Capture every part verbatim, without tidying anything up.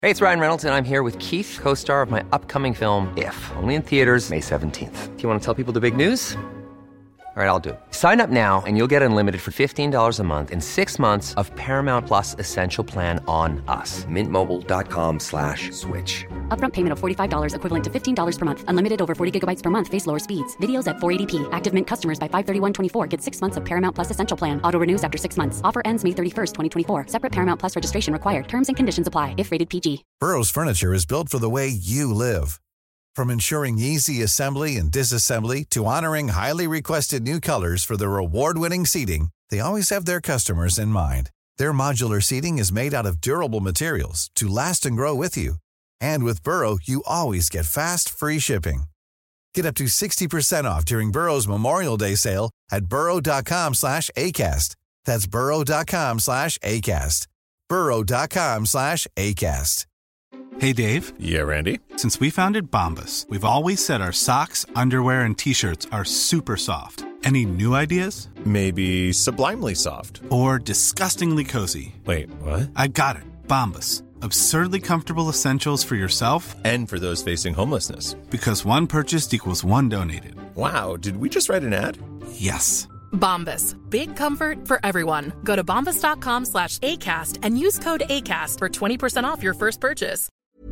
Hey, it's Ryan Reynolds, and I'm here with Keith, co-star of my upcoming film, If, only in theaters May seventeenth. Do you want to tell people the big news? All right, I'll do it. Sign up now and you'll get unlimited for fifteen dollars a month and six months of Paramount Plus Essential Plan on us. Mint Mobile dot com slash switch. Upfront payment of forty-five dollars equivalent to fifteen dollars per month. Unlimited over forty gigabytes per month. Face lower speeds. Videos at four eighty p. Active Mint customers by five thirty-one twenty-four get six months of Paramount Plus Essential Plan. Auto renews after six months. Offer ends May thirty-first, twenty twenty-four. Separate Paramount Plus registration required. Terms and conditions apply if rated P G. Burrow's furniture is built for the way you live. From ensuring easy assembly and disassembly to honoring highly requested new colors for their award-winning seating, they always have their customers in mind. Their modular seating is made out of durable materials to last and grow with you. And with Burrow, you always get fast, free shipping. Get up to sixty percent off during Burrow's Memorial Day sale at burrow.com slash ACAST. That's burrow.com slash ACAST. burrow.com slash ACAST. Hey, Dave. Yeah, Randy. Since we founded Bombas, we've always said our socks, underwear, and T-shirts are super soft. Any new ideas? Maybe sublimely soft. Or disgustingly cozy. Wait, what? I got it. Bombas. Absurdly comfortable essentials for yourself and for those facing homelessness. Because one purchased equals one donated. Wow, did we just write an ad? Yes. Bombas. Big comfort for everyone. Go to bombas.com slash ACAST and use code ACAST for twenty percent off your first purchase.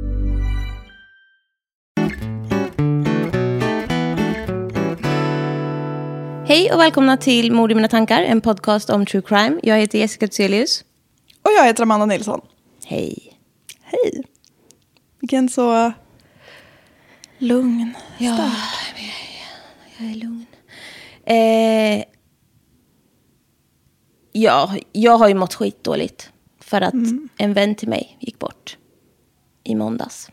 Hej och välkomna till Mord i mina tankar, en podcast om true crime. Jag heter Jessica Tselius. Och jag heter Amanda Nilsson. Hej. Hej. Vilken så lugn ja, start. Jag är lugn. Eh, ja, jag har ju mått skitdåligt. För att mm. en vän till mig gick bort i måndags.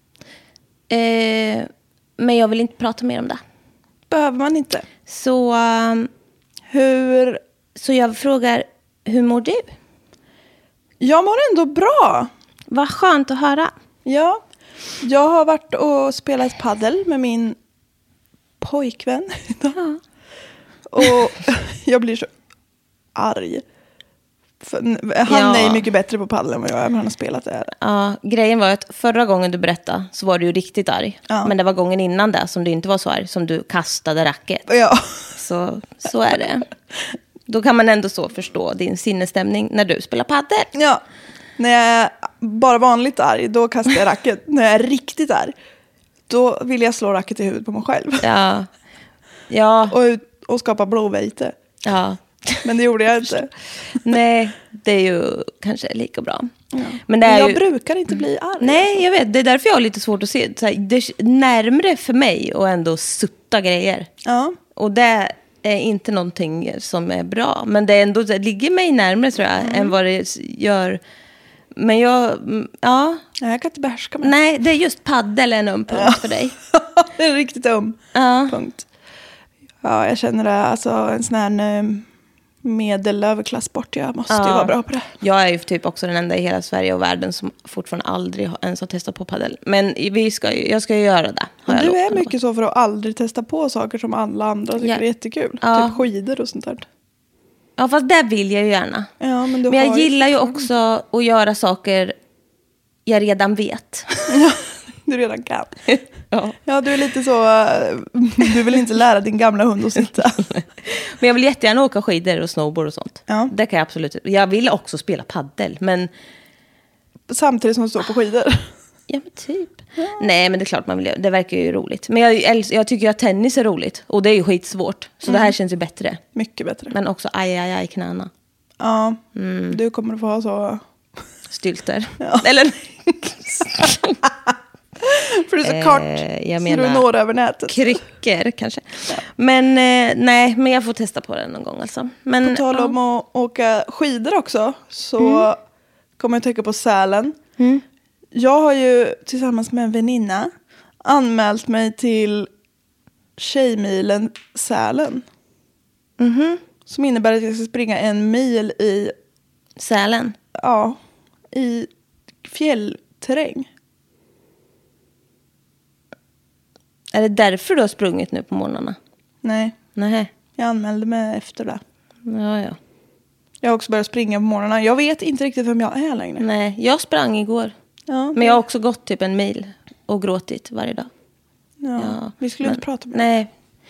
Eh, men jag vill inte prata mer om det. Behöver man inte. Så, um, hur... så jag frågar, hur mår du? Jag mår ändå bra. Vad skönt att höra. Ja, jag har varit och spelat paddel med min pojkvän idag. Ja. Och jag blir så arg. För han ja. är mycket bättre på paddel än vad jag är, men han har spelat det här. Ja, grejen var att förra gången du berättade så var du ju riktigt arg. Ja. Men det var gången innan det som du inte var så arg, som du kastade racket. Ja. Så, så är det. Då kan man ändå så förstå din sinnesstämning när du spelar paddel. Ja, när jag är bara vanligt arg, då kastar jag racket. När jag är riktigt arg, då vill jag slå racket i huvudet på mig själv. Ja. Ja. Och, och skapa blåvejte. Ja. Men det gjorde jag inte. Nej, det är ju kanske lika bra. Ja. Men, det är Men jag ju... brukar inte bli arg. Nej, alltså. jag vet. Det är därför jag har lite svårt att se. Så här, det är närmare för mig att ändå sutta grejer. Ja. Och det är inte någonting som är bra. Men det, är ändå, det ligger mig närmare, tror jag, mm. än vad det gör. Men jag, ja. Nej, jag kan inte behärska mig. Nej, det är just paddel en öm punkt ja. för dig. Det är en riktigt öm ja. punkt. Ja, jag känner det. Alltså en sån här medelöverklasssport. Jag måste ja. ju vara bra på det. Jag är ju typ också den enda i hela Sverige och världen som fortfarande aldrig ens har testat på paddel. Men vi ska, jag ska ju göra det. Du är mycket så för att aldrig testa på saker som alla andra tycker ja. är jättekul. Ja. Typ skidor och sånt där. Ja, fast det vill jag ju gärna. Ja, men du men jag har gillar ju också att göra saker jag redan vet. Du redan kan. Ja. Ja, du är lite så... Du vill inte lära din gamla hund att sitta. Men jag vill jättegärna åka skidor och snowboard och sånt. Ja. Det kan jag absolut. Jag vill också spela paddel, men... Samtidigt som du står på skidor? Ja, men typ. Ja. Nej, men det är klart man vill. Det verkar ju roligt. Men jag, jag tycker att tennis är roligt. Och det är ju skitsvårt. Så mm. det här känns ju bättre. Mycket bättre. Men också aj, aj, aj, knäna. Ja, mm. du kommer att få ha så... Stylter. Ja. Eller... För det är så kort, eh, jag så menar, du når över nätet. Kryckor kanske. Ja. Men eh, nej, men jag får testa på det någon gång alltså. Men, på tal om ja. att åka skidor också, så mm. kommer jag tänka på Sälen. Mm. Jag har ju tillsammans med en väninna anmält mig till Tjejmilen Sälen. Mm-hmm. Som innebär att jag ska springa en mil i Sälen. Ja, i fjällterräng. Är det därför du har sprungit nu på morgnarna? Nej. Nej. Jag anmälde mig efter det. Ja, ja. Jag har också börjat springa på morgnarna. Jag vet inte riktigt vem jag är längre. Nej, jag sprang igår. Ja. Men jag har också gått typ en mil och gråtit varje dag. Ja, Ja, vi skulle men, inte prata med nej.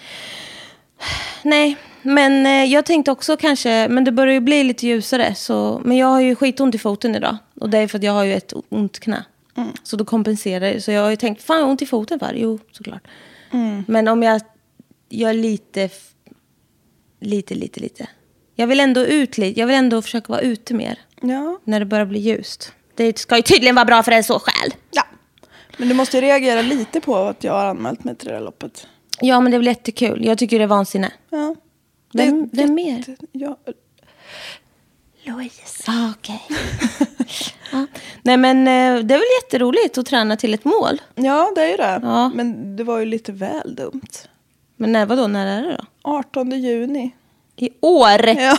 Nej, men eh, jag tänkte också kanske, men det börjar ju bli lite ljusare. Så, men jag har ju skitont i foten idag. Och det är för att jag har ju ett ont knä. Mm. Så då kompenserar det. Så jag har ju tänkt, fan jag har ont i foten för? Jo, såklart. Mm. Men om jag gör lite, lite, lite, lite. Jag vill ändå ut lite. Jag vill ändå försöka vara ute mer. Ja. När det börjar bli ljust. Det ska ju tydligen vara bra för en så själ. Ja. Men du måste reagera lite på att jag har anmält mig till det här loppet. Ja, men det är väl jättekul. Jag tycker det är vansinne. Ja. Det är, det är jätte... mer. Ja. Louise. Ah, okej. Okay. Ja. Nej, men det är väl jätteroligt att träna till ett mål. Ja, det är ju det. Ja. Men det var ju lite väl dumt. Men när, vadå? När är det då? artonde juni. I år? Ja.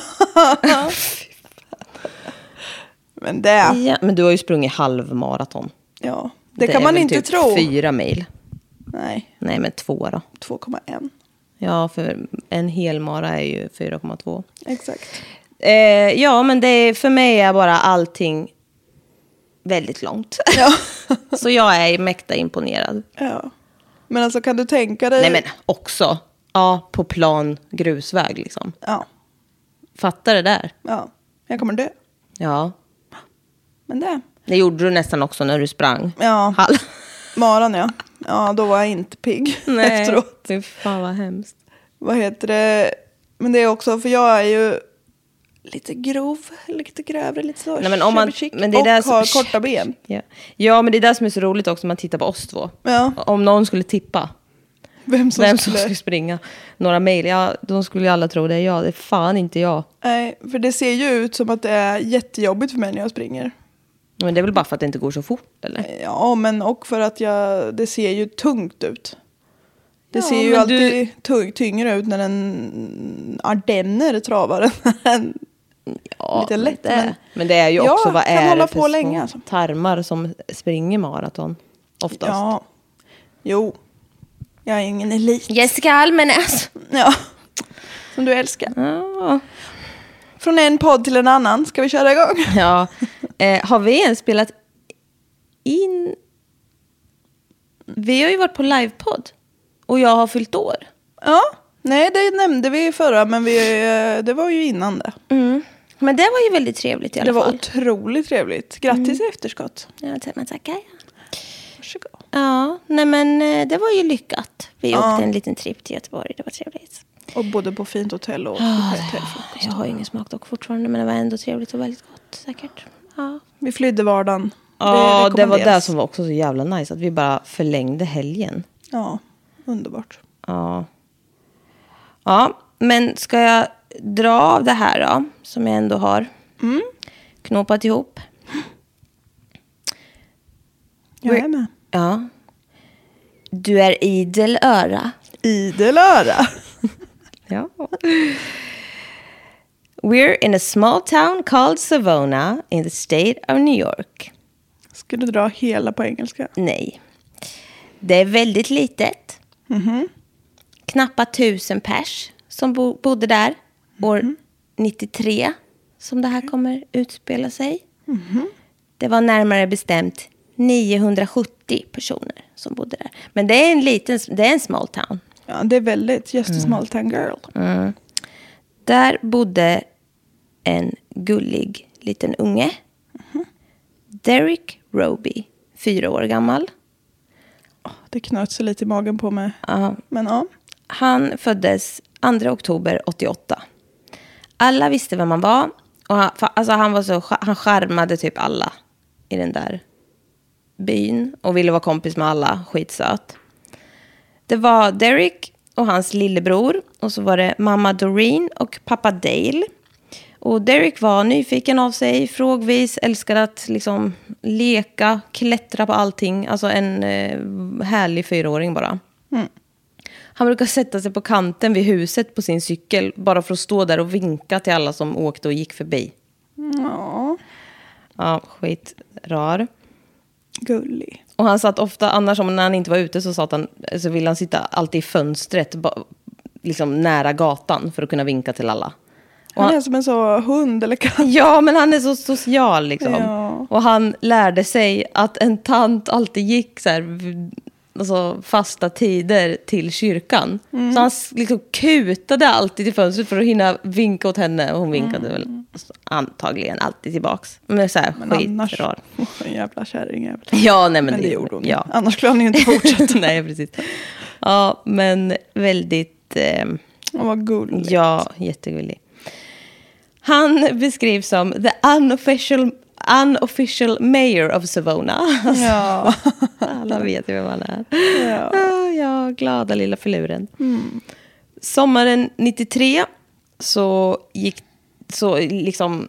Men det... Ja, men du har ju sprungit halvmaraton. Ja, det, det kan man inte typ tro. Fyra mil. Nej. Nej, men två då. två komma ett. Ja, för en hel mara är ju fyra komma två. Exakt. Eh, ja, men det är, för mig är bara allting väldigt långt. Ja. Så jag är mäkta imponerad. Ja. Men alltså kan du tänka dig... Nej, men också. Ja, på plan grusväg liksom. Ja. Fattar det där? Ja, jag kommer dö. Ja. Men det... Det gjorde du nästan också när du sprang. Ja. Hall. Maran, ja. Ja, då var jag inte pigg efteråt. Nej, fan vad hemskt. Vad heter det? Men det är också, för jag är ju lite grov, lite grövre, lite så. Nej, men om man, men det är och där som, har korta ben. Ja. ja, men det är det som är så roligt också om man tittar på oss två. Ja. Om någon skulle tippa vem som, vem skulle... som skulle springa några mejl, ja, de skulle ju alla tro det är jag. Det är fan inte jag. Nej, för det ser ju ut som att det är jättejobbigt för mig när jag springer. Men det är väl bara för att det inte går så fort, eller? Ja, men och för att jag, det ser ju tungt ut. Det ja, ser ju alltid du... tung, tyngre ut när en ardenner travar en ja, lite lätt. Men det, men... men det är ju ja, också, vad är hålla det för på länge, alltså. tarmar som springer maraton? Oftast. Ja, jo. Jag är ingen elit. Jessica Almenäs. Ja, som du älskar. Ja. Från en podd till en annan. Ska vi köra igång? Ja. Eh, har vi ens spelat in... Vi har ju varit på livepodd. Och jag har fyllt år. Ja, nej det nämnde vi förra. Men vi, det var ju innan det. Mm. Men det var ju väldigt trevligt i alla det fall. Det var otroligt trevligt. Grattis mm. i efterskott. Ja, men tackar. Varsågod. Ja, nej men det var ju lyckat. Vi ja. åkte en liten trip till Göteborg. Det var trevligt. Och bodde på fint hotell och oh, hotellfrukost. Jag har ju ingen smak dock fortfarande. Men det var ändå trevligt och väldigt gott säkert. Ja. Vi flydde vardagen. Ja, det, det var det som var också så jävla nice. Att vi bara förlängde helgen. Ja, underbart. Ja. Ja, men ska jag dra av det här då? Som jag ändå har mm. knåpat ihop. Jag är med. Ja. Du är idel öra. Idel öra. Ja. We're in a small town called Savona in the state of New York. Ska du dra hela på engelska? Nej. Det är väldigt litet. Mm-hmm. Knappt tusen pers som bo- bodde där. År mm-hmm. nittiotre som det här kommer utspela sig. Mm-hmm. Det var närmare bestämt niohundrasjuttio personer som bodde där. Men det är en liten, det är en small town. Ja, det är väldigt, just a small town girl. Mm. Där bodde en gullig liten unge. Mm-hmm. Derek Roby, fyra år gammal. Oh, det knöt sig lite i magen på mig. Uh-huh. Men ja. Han föddes andra oktober åttioåtta. Alla visste vem han var. Och han, alltså han, var så, han charmade typ alla i den där byn. Och ville vara kompis med alla. Skitsöt. Det var Derek och hans lillebror. Och så var det mamma Doreen och pappa Dale. Och Derek var nyfiken av sig, frågvis, älskade att liksom leka, klättra på allting. Alltså en eh, härlig fyraåring bara. Mm. Han brukar sätta sig på kanten vid huset på sin cykel bara för att stå där och vinka till alla som åkte och gick förbi. Ja. Ja, skit rar. Gullig. Och han satt ofta, annars om när han inte var ute så, satt han, så ville han sitta alltid i fönstret, ba, liksom nära gatan för att kunna vinka till alla. Han, han är som en så hund eller katt. Ja, men han är så social liksom. Ja. Och han lärde sig att en tant alltid gick så här, alltså fasta tider till kyrkan. Mm. Så han liksom kutade alltid till fönstret för att hinna vinka åt henne. Och hon vinkade mm. väl antagligen alltid tillbaks. Men så här, men skit annars, rar. En jävla kärring jävla. Ja, nej, men, men det, det gjorde hon. Ja. Annars skulle han ju inte fortsätta. Nej, precis. Ja, men väldigt... Eh, han var gullig. Ja, jättegullig. Han beskrivs som the unofficial, unofficial mayor of Savona. Ja. Alla vet ju vem han är. Ja, ja glada lilla filuren. Mm. Sommaren nittiotre så gick så liksom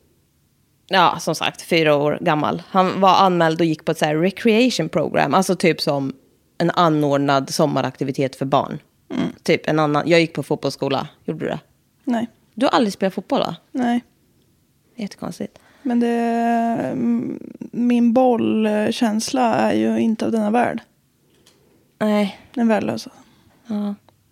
ja, som sagt, fyra år gammal. Han var anmäld och gick på ett så här recreation program, alltså typ som en anordnad sommaraktivitet för barn. Mm. Typ en annan. Jag gick på fotbollsskola. Gjorde du det? Nej. Du har aldrig spelat fotboll, va? Nej. Jättekonstigt. Men det, min bollkänsla är ju inte av denna värld. Nej. Den är värdelös. Ja.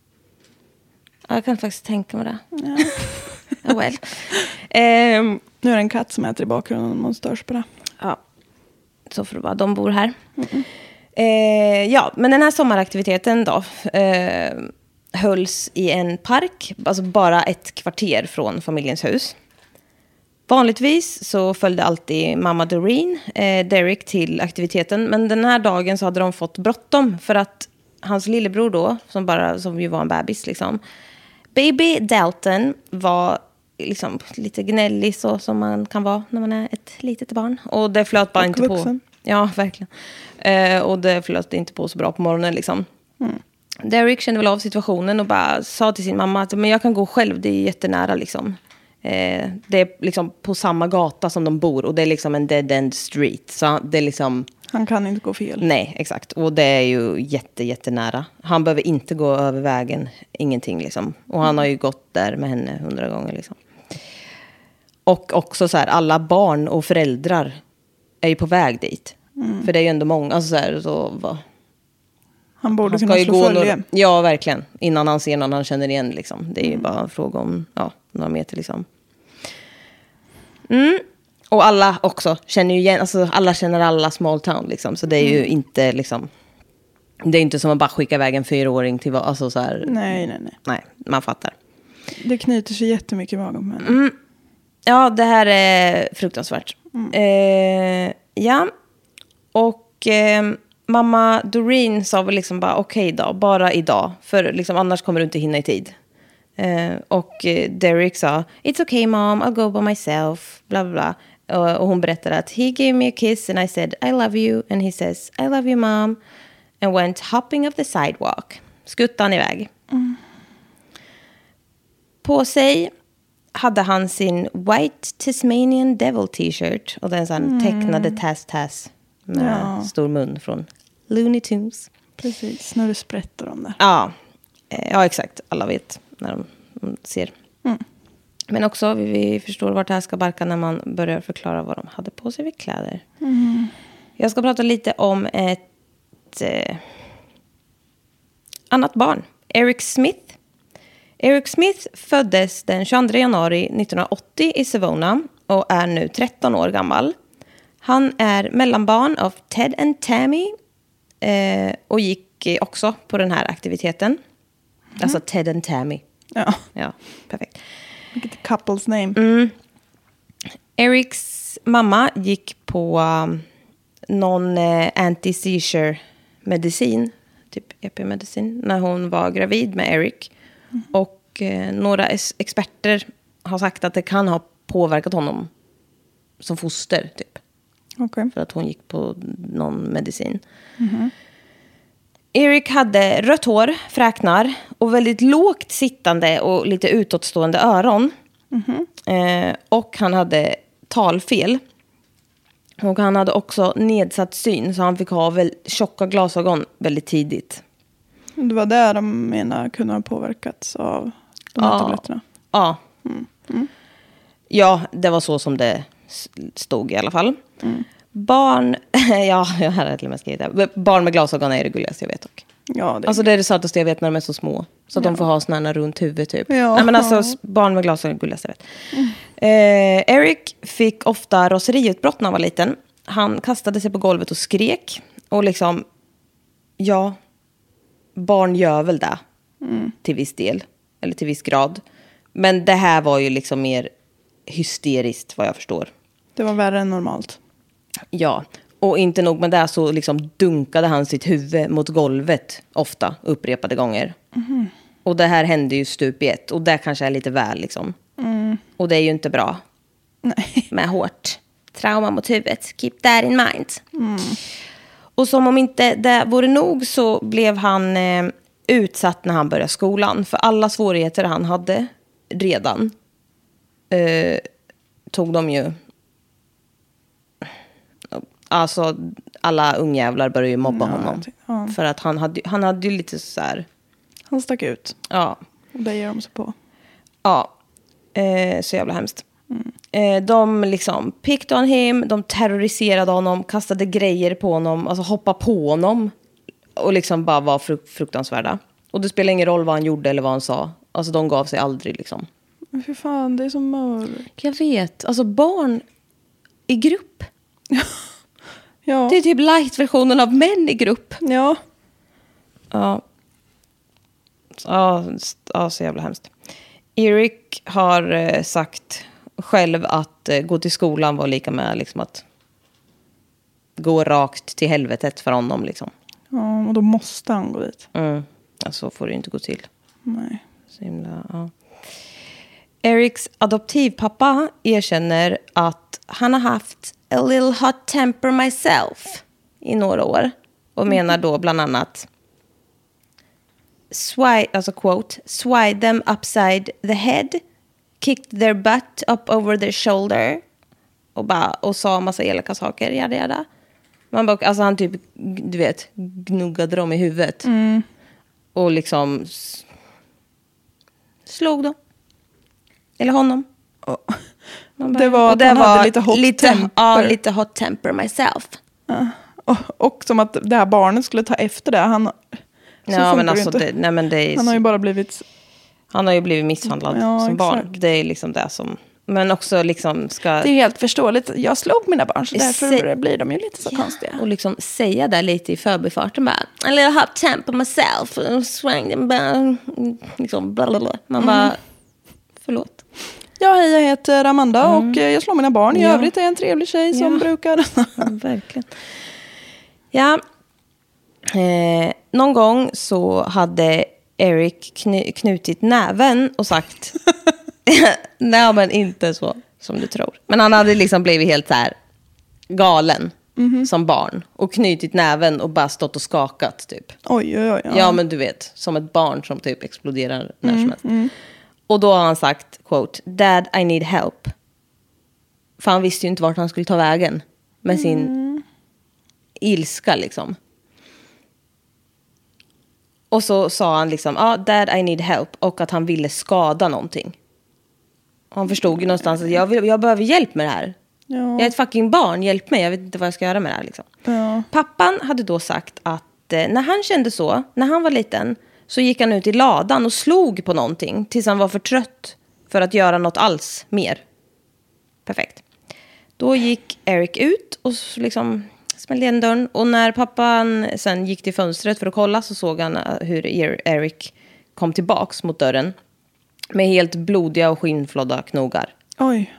ja. Jag kan faktiskt tänka mig det. Ja. oh well. um, nu är det en katt som äter i bakgrunden och man störs på det. Ja. Så får det vara. De bor här. Mm-mm. Eh, ja, men den här sommaraktiviteten då eh, hölls i en park, alltså bara ett kvarter från familjens hus. Vanligtvis så följde alltid mamma Doreen, eh, Derek till aktiviteten, men den här dagen så hade de fått bråttom för att hans lillebror då, som bara som ju var en bebis liksom, baby Dalton var liksom lite gnällig så som man kan vara när man är ett litet barn, och det flöt bara och inte vuxen. På. Ja, verkligen. Eh, och det flöt inte på så bra på morgonen liksom. Mm. Derek kände väl av situationen och bara sa till sin mamma att men jag kan gå själv, det är jättenära liksom. Eh, det är liksom på samma gata som de bor och det är liksom en dead end street. Så det är liksom... Han kan inte gå fel. Nej, exakt. Och det är ju jätte, jättenära. Han behöver inte gå över vägen, ingenting liksom. Och han har ju gått där med henne hundra gånger liksom. Och också så här, alla barn och föräldrar är ju på väg dit. Mm. För det är ju ändå många, alltså så här, så vad... Han borde han kunna slå följe. Några, ja, verkligen. Innan han ser någon han känner igen liksom. Det är mm. ju bara en fråga om ja, några meter liksom. Mm. Och alla också känner ju igen, alltså alla känner alla small town liksom. Så det är ju mm. inte liksom, det är inte som att bara skicka iväg en fyraåring till, alltså så här. Nej, nej, nej. Nej, man fattar. Det knyter sig jättemycket i magen med henne. Mm. Ja, det här är fruktansvärt. Mm. Eh, ja. Och eh, mamma Doreen sa väl liksom bara okej okay då, bara idag. För liksom, annars kommer du inte hinna i tid. Eh, och eh, Derek sa it's okay mom, I'll go by myself. Bla bla. Uh, och hon berättade att he gave me a kiss and I said I love you. And he says I love you mom. And went hopping up the sidewalk. Skuttan iväg. Mm. På sig hade han sin White Tasmanian Devil t-shirt. Och den sån mm. tecknade Taz-Taz. Med ja. Stor mun från Looney Tunes. Precis, när du sprättar dem där. Ja, ja exakt. Alla vet när de, de ser. Mm. Men också, vi, vi förstår vart det här ska barka när man börjar förklara vad de hade på sig för kläder. Mm. Jag ska prata lite om ett eh, annat barn. Eric Smith. Eric Smith föddes den tjugoandra januari nittonhundraåttio i Savona och är nu tretton år gammal. Han är mellanbarn av Ted and Tammy eh, och gick också på den här aktiviteten. Mm. Alltså Ted and Tammy. Ja, ja perfekt. Vilket couples name. Mm. Erics mamma gick på um, någon eh, anti-seizure medicin, typ E P-medicin, när hon var gravid med Eric. Mm. Och eh, några es- experter har sagt att det kan ha påverkat honom som foster, typ. Okay. För att hon gick på någon medicin. Mm-hmm. Eric hade rött hår, fräknar och väldigt lågt sittande och lite utåtstående öron. Mm-hmm. Eh, och han hade talfel. Och han hade också nedsatt syn, så han fick ha väl tjocka glasögon väldigt tidigt. Det var där de menar kunde ha påverkats av de här ja. tabletterna. Ja. Mm. Mm. Ja, det var så som det stod i alla fall. Mm. Barn, ja, jag hade till och med skrivit det. Barn med glasögon är det gulligaste jag vet. Och. Ja, det... Alltså det är det sötaste jag vet när de är så små. Så att ja. de får ha såna här runt huvudet typ. Ja. Nej men alltså barn med glasögon är gulligast jag vet. Mm. Eh, Eric fick ofta raseriutbrott när han var liten. Han kastade sig på golvet och skrek. Och liksom, ja, barn gör väl det. Mm. Till viss del. Eller till viss grad. Men det här var ju liksom mer hysteriskt vad jag förstår. Det var värre än normalt. Ja, och inte nog med det så liksom dunkade han sitt huvud mot golvet ofta, upprepade gånger. Mm. Och det här hände ju stup i ett. Och det kanske är lite väl liksom. Mm. Och det är ju inte bra. Nej. Med hårt trauma mot huvudet. Keep that in mind. Mm. Och som om inte det vore nog så blev han eh, utsatt när han började skolan. För alla svårigheter han hade redan eh, tog de ju... Alltså alla ungjävlar började ju mobba ja, honom. Ja. För att han hade, han hade ju lite så här... Han stack ut. Ja. Och det ger de sig på. Ja. Eh, så jävla hemskt. Mm. Eh, de liksom picked on him. De terroriserade honom. Kastade grejer på honom. Alltså hoppa på honom. Och liksom bara var fruk- fruktansvärda. Och det spelar ingen roll vad han gjorde eller vad han sa. Alltså de gav sig aldrig liksom. Men för fan, det är så mörkt. Jag vet. Alltså barn i grupp. Ja. Det är typ light-versionen av män i grupp. Ja. Ja. Ja, ja så jävla hemskt. Eric har eh, sagt själv att eh, gå till skolan var lika med liksom att gå rakt till helvetet för honom liksom. Ja, och då måste han gå dit. Mm. Ja, så får det ju inte gå till. Nej. Så himla, ja. Erics adoptivpappa erkänner att han har haft a little hot temper myself i några år. Och menar då bland annat swi, alltså quote, swide them upside the head, kicked their butt up over their shoulder och, bara, och sa massa elaka saker, jada jada. Man bara, alltså han typ, du vet, gnuggade dem i huvudet. Mm. Och liksom s- slog dem. Eller honom. Oh. Bara, det var att det han var hade lite hot lite, temper. Ja, lite hot temper myself. Ja. Och, och som att det här barnet skulle ta efter det. Han, ja, men alltså, det, nej, men det är, han har ju bara blivit... Han har ju blivit misshandlad ja, som exakt. barn. Det är liksom det som... Men också liksom ska... Det är helt förståeligt. Jag slog mina barn så därför Se... blir de ju lite så ja, konstiga. Och liksom säga det lite i förbifarten bara. A little hot temper myself. Swang them bara... Liksom blablabla. Man mm. bara... Förlåt. Ja, hej, jag heter Amanda mm. och jag slår mina barn. I ja. övrigt är jag en trevlig tjej som ja. brukar... Ja, verkligen. Ja. Eh, någon gång så hade Eric kny- knutit näven och sagt... Nej, men inte så som du tror. Men han hade liksom blivit helt så här galen mm-hmm. som barn. Och knutit näven och bara stått och skakat typ. Oj, oj, oj. Ja, ja men du vet, som ett barn som typ exploderar när mm, som helst. Mm. Och då har han sagt, quote, Dad, I need help. För han visste ju inte vart han skulle ta vägen med sin mm. ilska liksom. Och så sa han liksom, ah, Dad, I need help. Och att han ville skada någonting. Och han förstod ju någonstans att jag, vill, jag behöver hjälp med det här. Ja. Jag är ett fucking barn, hjälp mig. Jag vet inte vad jag ska göra med det här liksom. Ja. Pappan hade då sagt att eh, när han kände så, när han var liten, så gick han ut i ladan och slog på någonting tills han var för trött för att göra något alls mer. Perfekt. Då gick Eric ut och liksom smällde igen dörren. Och när pappan sen gick till fönstret för att kolla så såg han hur Eric kom tillbaks mot dörren med helt blodiga och skinnflodda knogar. Oj.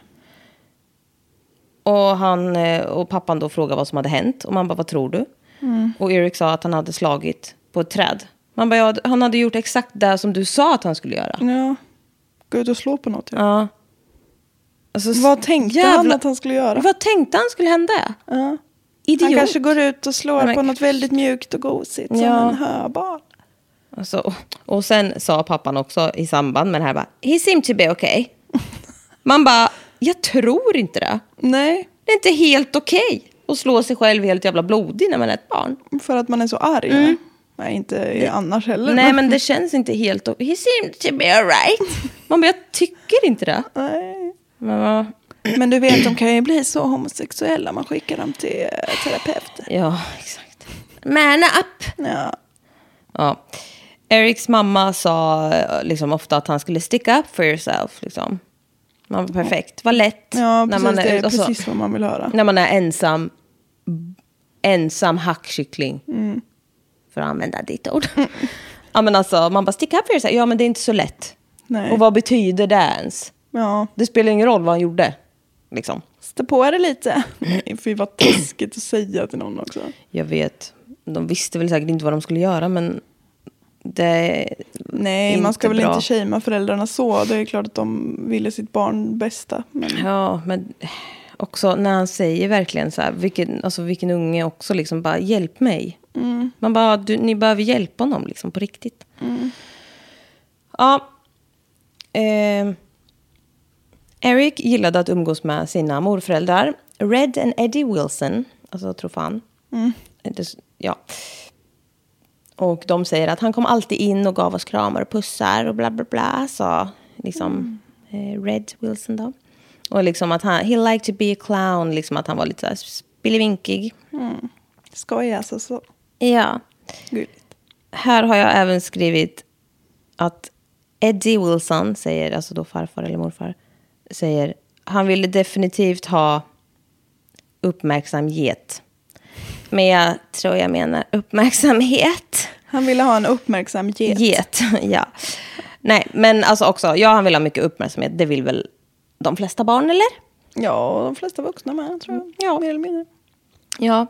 Och, han, och pappan då frågade vad som hade hänt. Och man bara, vad tror du? Mm. Och Eric sa att han hade slagit på ett träd. Man bara, ja, han hade gjort exakt det som du sa att han skulle göra. Ja, gå ut och slå på något. Ja. Ja. Alltså, vad tänkte jävla... han att han skulle göra? Vad tänkte han skulle hända? Ja. Idiot. Han kanske går ut och slår men... på något väldigt mjukt och gosigt ja. som en höbal. Alltså, och sen sa pappan också i samband med det här bara, he seemed to be okay. Man bara, jag tror inte det. Nej. Det är inte helt okej okay att slå sig själv helt jävla blodig när man är ett barn. För att man är så arg. Mm. Nej, inte det, annars heller. Nej, men det känns inte helt... He seemed to be alright. Man bara, jag tycker inte det. Nej. Men, men du vet, de kan ju bli så homosexuella. Man skickar dem till terapeuter. Ja, exakt. Man up. Ja. Ja. Erics mamma sa liksom ofta att han skulle stick up for yourself. Liksom. Man var perfekt. Var lätt. Ja, när precis. man är, det är alltså, precis vad man vill höra. När man är ensam. Ensam hackkyckling. Mm. För att använda ditt ord. Ja, men alltså, man bara stick up for yourself. Ja, men det är inte så lätt. Nej. Och vad betyder det ens? Ja. Det spelar ingen roll vad han gjorde. Liksom. Stå på det lite. Det får ju vara taskigt att säga till någon också. Jag vet. De visste väl säkert inte vad de skulle göra, men det Nej, man ska väl bra. inte shamea föräldrarna så. Det är klart att de ville sitt barn bästa. Men... Ja, men också när han säger verkligen så här, vilken, alltså vilken unge också liksom bara, hjälp mig. Mm. Man bara, du, ni behöver hjälpa honom liksom på riktigt. Mm. Ja. Eh, Eric gillade att umgås med sina morföräldrar. Red and Eddie Wilson. Alltså, tror fan. Mm. Det, ja. Och de säger att han kom alltid in och gav oss kramar och pussar och bla bla bla. Så liksom mm. eh, Red Wilson då. Och liksom att han, he liked to be a clown. Liksom att han var lite så här spillevinkig. Mm. Skoj alltså så. Ja. Gulligt. Här har jag även skrivit att Eddie Wilson säger, alltså då farfar eller morfar, säger han ville definitivt ha uppmärksamhet. Men jag tror jag menar uppmärksamhet. Han ville ha en uppmärksam get. Get, ja. Nej, men alltså också, ja, han vill ha mycket uppmärksamhet. Det vill väl de flesta barn, eller? Ja, de flesta vuxna med, tror jag. Ja. Mer eller mindre. Ja.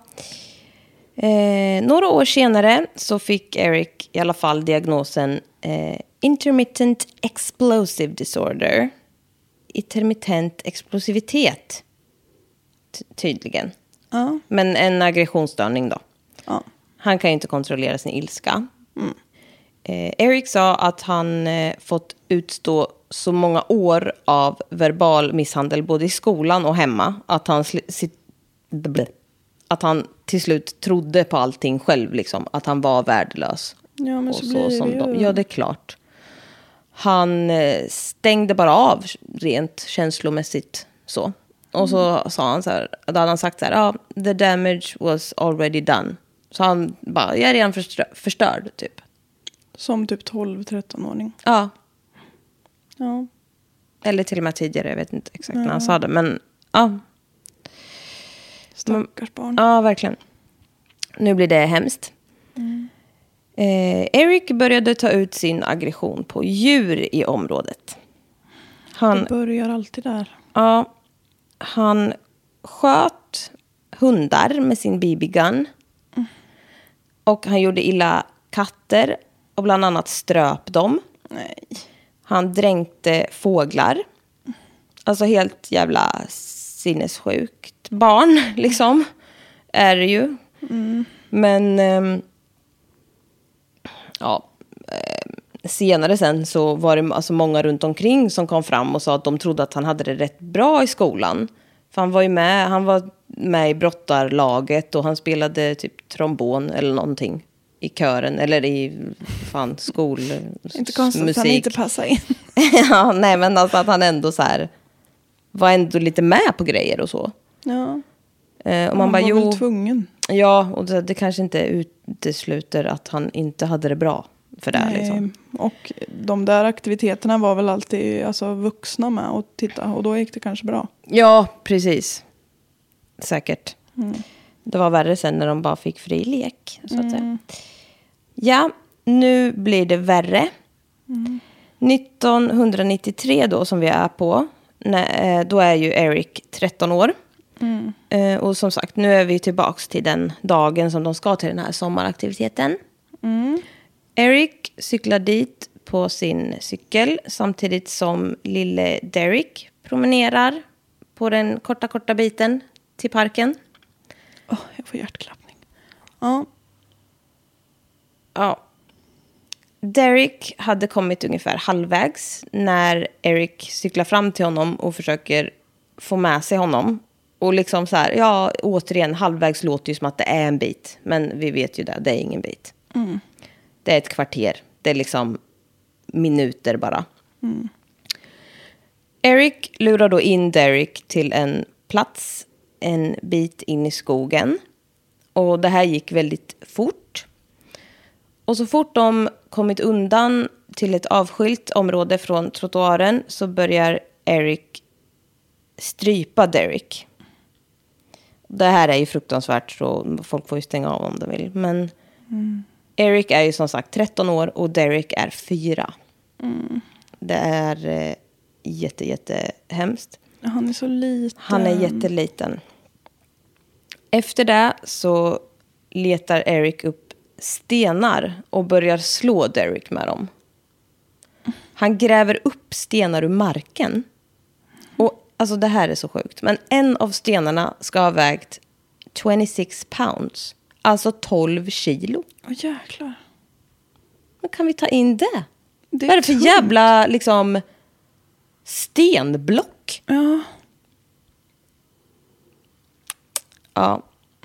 Eh, några år senare så fick Eric i alla fall diagnosen eh, intermittent explosive disorder. Intermittent explosivitet. T- tydligen. Ja. Men en aggressionsstörning då. Ja. Han kan ju inte kontrollera sin ilska. Mm. Eh, Eric sa att han eh, fått utstå så många år av verbal misshandel både i skolan och hemma. Att han, sli- sitt, att han till slut trodde på allting själv. Liksom, att han var värdelös. Ja, men och så, så blir det som ju. de, ja, det är klart. Han eh, stängde bara av rent känslomässigt så. Och så sa han så här, då hade han sagt så här, ja, the damage was already done. Så han bara, jag är redan förstör, förstörd, typ. Som typ tolv-tretton-åring. Ja. Ja. Eller till och med tidigare, jag vet inte exakt Ja. när han sa det. Men, ja. Stackars barn. Ja, verkligen. Nu blir det hemskt. Mm. Eh, Eric började ta ut sin aggression på djur i området. Han, Det börjar alltid där. ja, han sköt hundar med sin B B-gun. Mm. Och han gjorde illa katter och bland annat ströp dem. Nej. Han dränkte fåglar. Alltså helt jävla sinnessjukt barn, liksom. Är det ju. Mm. Men ähm, ja, äh, senare sen så var det alltså många runt omkring som kom fram och sa att de trodde att han hade det rätt bra i skolan. För han var ju med, han var med i brottarlaget och han spelade typ trombon eller någonting i kören eller i fan skol Inte konstigt musik. att han inte passar in. Ja, nej, men alltså att han ändå så här var ändå lite med på grejer och så. Ja. Eh, och Han man bara, var jo, väl tvungen. ja, och det, det kanske inte utesluter att han inte hade det bra för det. Nej, Liksom. och de där aktiviteterna var väl alltid alltså, vuxna med och titta. Och då gick det kanske bra. Ja, precis. Säkert. Mm. Det var värre sen när de bara fick fri lek, så att säga. Mm. Ja, nu blir det värre. Mm. nittonhundranittiotre då, som vi är på, när, då är ju Eric tretton år. Mm. Eh, och som sagt, nu är vi tillbaks till den dagen som de ska till den här sommaraktiviteten. Mm. Eric cyklar dit på sin cykel samtidigt som lille Derek promenerar på den korta, korta biten till parken. Oh, jag får hjärtklappning. Ja. Ja. Derek hade kommit ungefär halvvägs när Eric cyklar fram till honom och försöker få med sig honom. Och liksom så här, ja, återigen, halvvägs låter ju som att det är en bit. Men vi vet ju det, det är ingen bit. Mm. Det är ett kvarter. Det är liksom minuter bara. Mm. Eric lurar då in Derek till en plats en bit in i skogen. Och det här gick väldigt fort. Och så fort de kommit undan till ett avskilt område från trottoaren så börjar Eric strypa Derek. Det här är ju fruktansvärt så folk får ju stänga av om de vill. Men mm. Eric är ju som sagt tretton år och Derek är fyra. Mm. Det är eh, jätte, jätte hemskt. Han är så liten. Han är jätteliten. Efter det så letar Eric upp stenar och börjar slå Derek med dem. Han gräver upp stenar ur marken. Och alltså det här är så sjukt. Men en av stenarna ska ha vägt tjugosex pounds. Alltså tolv kilo. Åh jäklar. Men kan vi ta in det? Det är Vad är det för tungt. jävla liksom stenblock? Ja. Ja.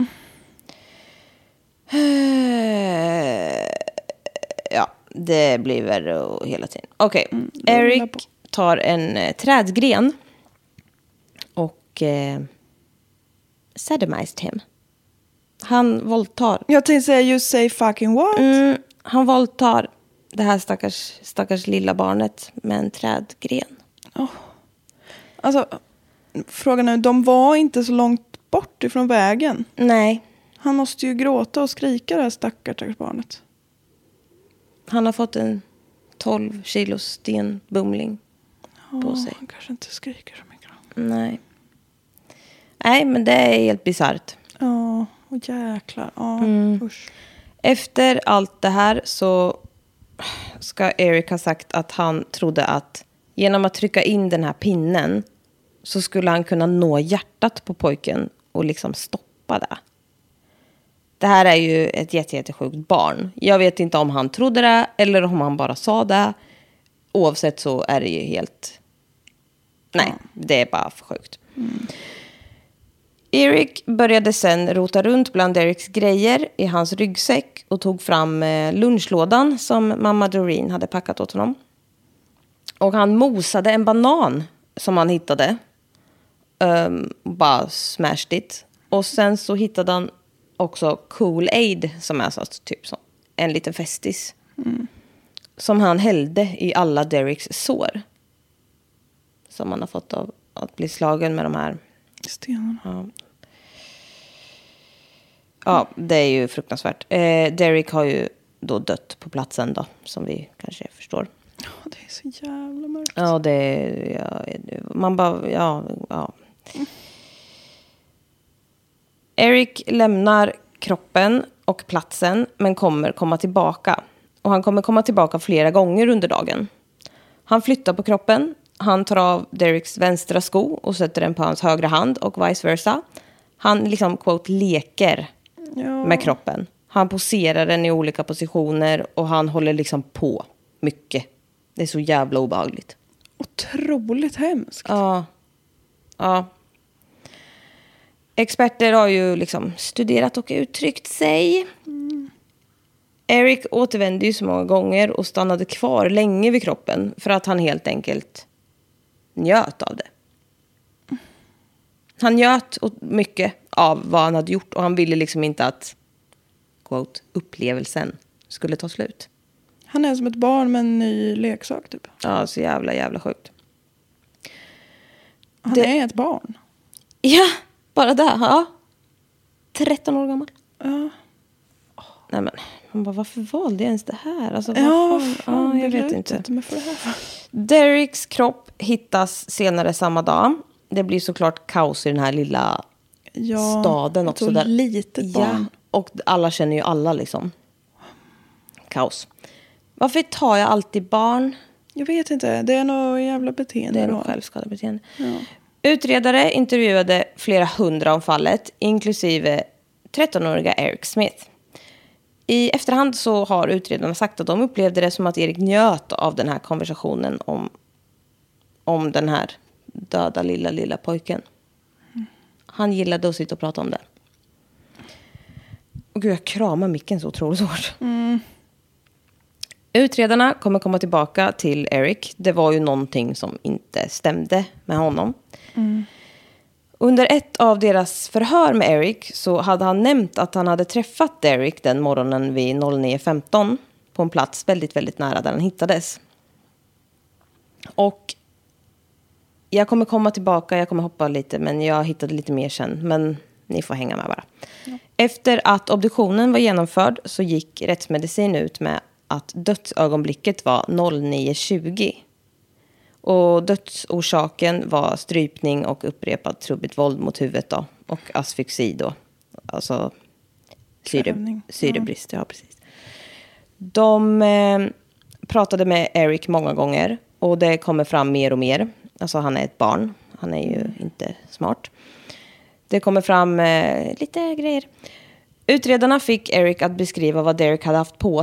Ja, det blir värre hela tiden. Okej, okay. mm, Eric tar en eh, trädgren och eh, sodomized him. Han våldtar. Jag tänkte säga you say fucking what? Mm, han våldtar det här stackars, stackars lilla barnet med en trädgren. Oh. Alltså, frågan är, de var inte så långt bort ifrån vägen. Nej. Han måste ju gråta och skrika det här stackars barnet. Han har fått en tolv kilos stenbumling oh, på sig. Han kanske inte skriker så mycket. Nej. Nej, men det är helt bizarrt. Ja, oh, jäklar. Ja, mm. usch. Efter allt det här så ska Eric ha sagt att han trodde att genom att trycka in den här pinnen så skulle han kunna nå hjärtat på pojken och liksom stoppa det. Det här är ju ett jätte, jättesjukt barn. Jag vet inte om han trodde det eller om han bara sa det. Oavsett så är det ju helt... Nej, ja. Det är bara för sjukt. Mm. Eric började sen rota runt bland Dereks grejer i hans ryggsäck och tog fram lunchlådan som mamma Doreen hade packat åt honom. Och han mosade en banan som han hittade. Um, bara smashed it. Och sen så hittade han också Kool-Aid som är så typ som en liten festis. Mm. Som han hällde i alla Dereks sår. Som han har fått av att bli slagen med de här stenarna. Ja. Ja, det är ju fruktansvärt. Eh, Derek har ju då dött på platsen då, som vi kanske förstår. Ja, det är så jävla mörkt. Ja, det är... Ja, man bara... Ja, ja. Mm. Eric lämnar kroppen och platsen, men kommer komma tillbaka. Och han kommer komma tillbaka flera gånger under dagen. Han flyttar på kroppen. Han tar av Dereks vänstra sko och sätter den på hans högra hand och vice versa. Han liksom, quote, leker ja. med kroppen. Han poserar den i olika positioner och han håller liksom på mycket. Det är så jävla obehagligt. Otroligt hemskt. Ja. Ja. Experter har ju liksom studerat och uttryckt sig. Mm. Eric återvände ju så många gånger och stannade kvar länge vid kroppen för att han helt enkelt njöt av det. Han njöt mycket av vad han hade gjort och han ville liksom inte att quote, upplevelsen skulle ta slut. Han är som ett barn med en ny leksak typ. Ja, så jävla jävla sjukt. Han det... är ett barn. Ja, bara där. Ja. tretton år gammal. Ja. Nej men, man bara, varför valde jag ens det här? Alltså, ja, vad fan? Ja, jag vet inte. inte för det här. Dereks kropp hittas senare samma dag. Det blir såklart kaos i den här lilla ja, staden också. Så där. litet barn. Ja, och alla känner ju alla liksom. Kaos. Varför tar jag alltid barn? Jag vet inte. Det är nog jävla beteende. Det är nog självskadebeteende. Ja. Utredare intervjuade flera hundra om fallet, inklusive trettonåriga Eric Smith. I efterhand så har utredarna sagt att de upplevde det som att Erik njöt av den här konversationen om, om den här döda lilla, lilla pojken. Mm. Han gillade att sitta och prata om det. Och gud, jag kramar micken så otroligt hårt. Mm. Utredarna kommer komma tillbaka till Eric. Det var ju någonting som inte stämde med honom. Mm. Under ett av deras förhör med Eric så hade han nämnt att han hade träffat Derek den morgonen vid nio femton. på en plats väldigt, väldigt nära där han hittades. Och jag kommer komma tillbaka, jag kommer hoppa lite, men jag hittade lite mer sen. Men ni får hänga med bara. Ja. Efter att obduktionen var genomförd så gick rättsmedicin ut med att dödsögonblicket var noll nio tjugo. Och dödsorsaken var strypning och upprepad trubbigt våld mot huvudet då. Och asfyxi då. Alltså syre, syrebrist, ja precis. De eh, pratade med Eric många gånger. Och det kommer fram mer och mer. Alltså han är ett barn. Han är ju inte smart. Det kommer fram eh, lite grejer. Utredarna fick Eric att beskriva vad Derek hade haft på.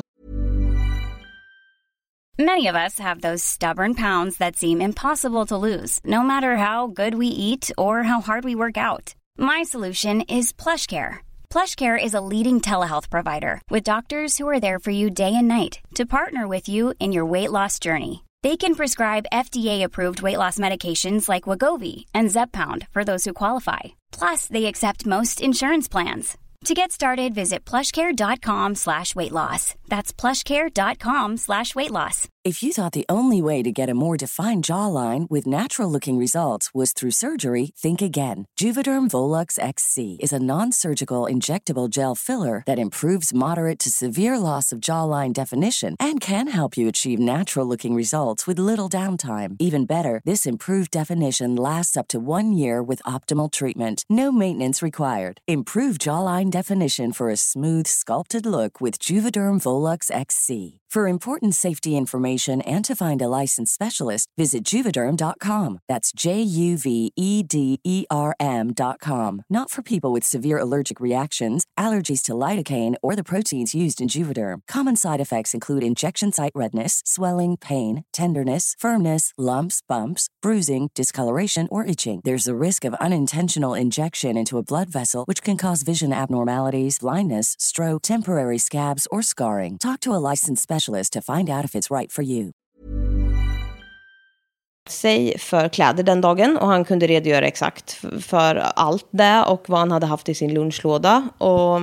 Many of us have those stubborn pounds that seem impossible to lose, no matter how good we eat or how hard we work out. My solution is PlushCare. PlushCare is a leading telehealth provider with doctors who are there for you day and night to partner with you in your weight loss journey. They can prescribe F D A-approved weight loss medications like Wegovy and Zepbound for those who qualify. Plus, they accept most insurance plans. To get started, visit plushcare.com slash weight loss. That's plushcare.com slash weight loss. If you thought the only way to get a more defined jawline with natural-looking results was through surgery, think again. Juvederm Volux X C is a non-surgical injectable gel filler that improves moderate to severe loss of jawline definition and can help you achieve natural-looking results with little downtime. Even better, this improved definition lasts up to one year with optimal treatment. No maintenance required. Improve jawline definition for a smooth, sculpted look with Juvederm Volux X C. For important safety information and to find a licensed specialist, visit Juvederm dot com. That's J U V E D E R M dot com. Not for people with severe allergic reactions, allergies to lidocaine, or the proteins used in Juvederm. Common side effects include injection site redness, swelling, pain, tenderness, firmness, lumps, bumps, bruising, discoloration, or itching. There's a risk of unintentional injection into a blood vessel, which can cause vision abnormalities, blindness, stroke, temporary scabs, or scarring. Talk to a licensed specialist to find out if it's right for you. Sig för kläder den dagen och han kunde redogöra exakt för allt det och vad han hade haft i sin lunchlåda. Och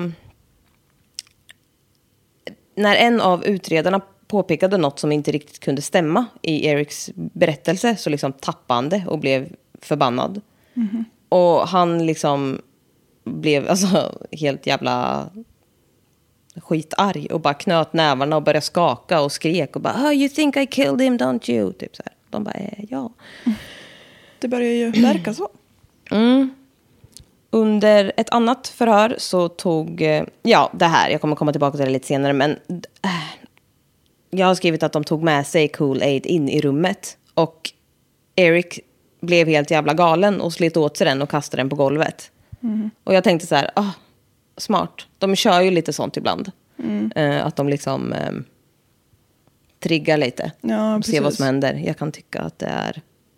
när en av utredarna påpekade något som inte riktigt kunde stämma i Erics berättelse så liksom tappade han det och blev förbannad. Mm-hmm. Och han liksom blev alltså helt jävla skitarg och bara knöt nävarna och började skaka och skrek och bara oh, you think I killed him, don't you? Typ så här. De bara, eh, ja. Det börjar ju verka så. Mm. Under ett annat förhör så tog, ja det här, jag kommer komma tillbaka till det lite senare, men äh, jag har skrivit att de tog med sig Kool-Aid in i rummet och Eric blev helt jävla galen och slet åt sig den och kastade den på golvet. Mm. Och jag tänkte så här, ah, smart. De kör ju lite sånt ibland. Mm. Uh, att de liksom uh, triggar lite. Ja, och ser vad som händer. Jag kan tycka att det är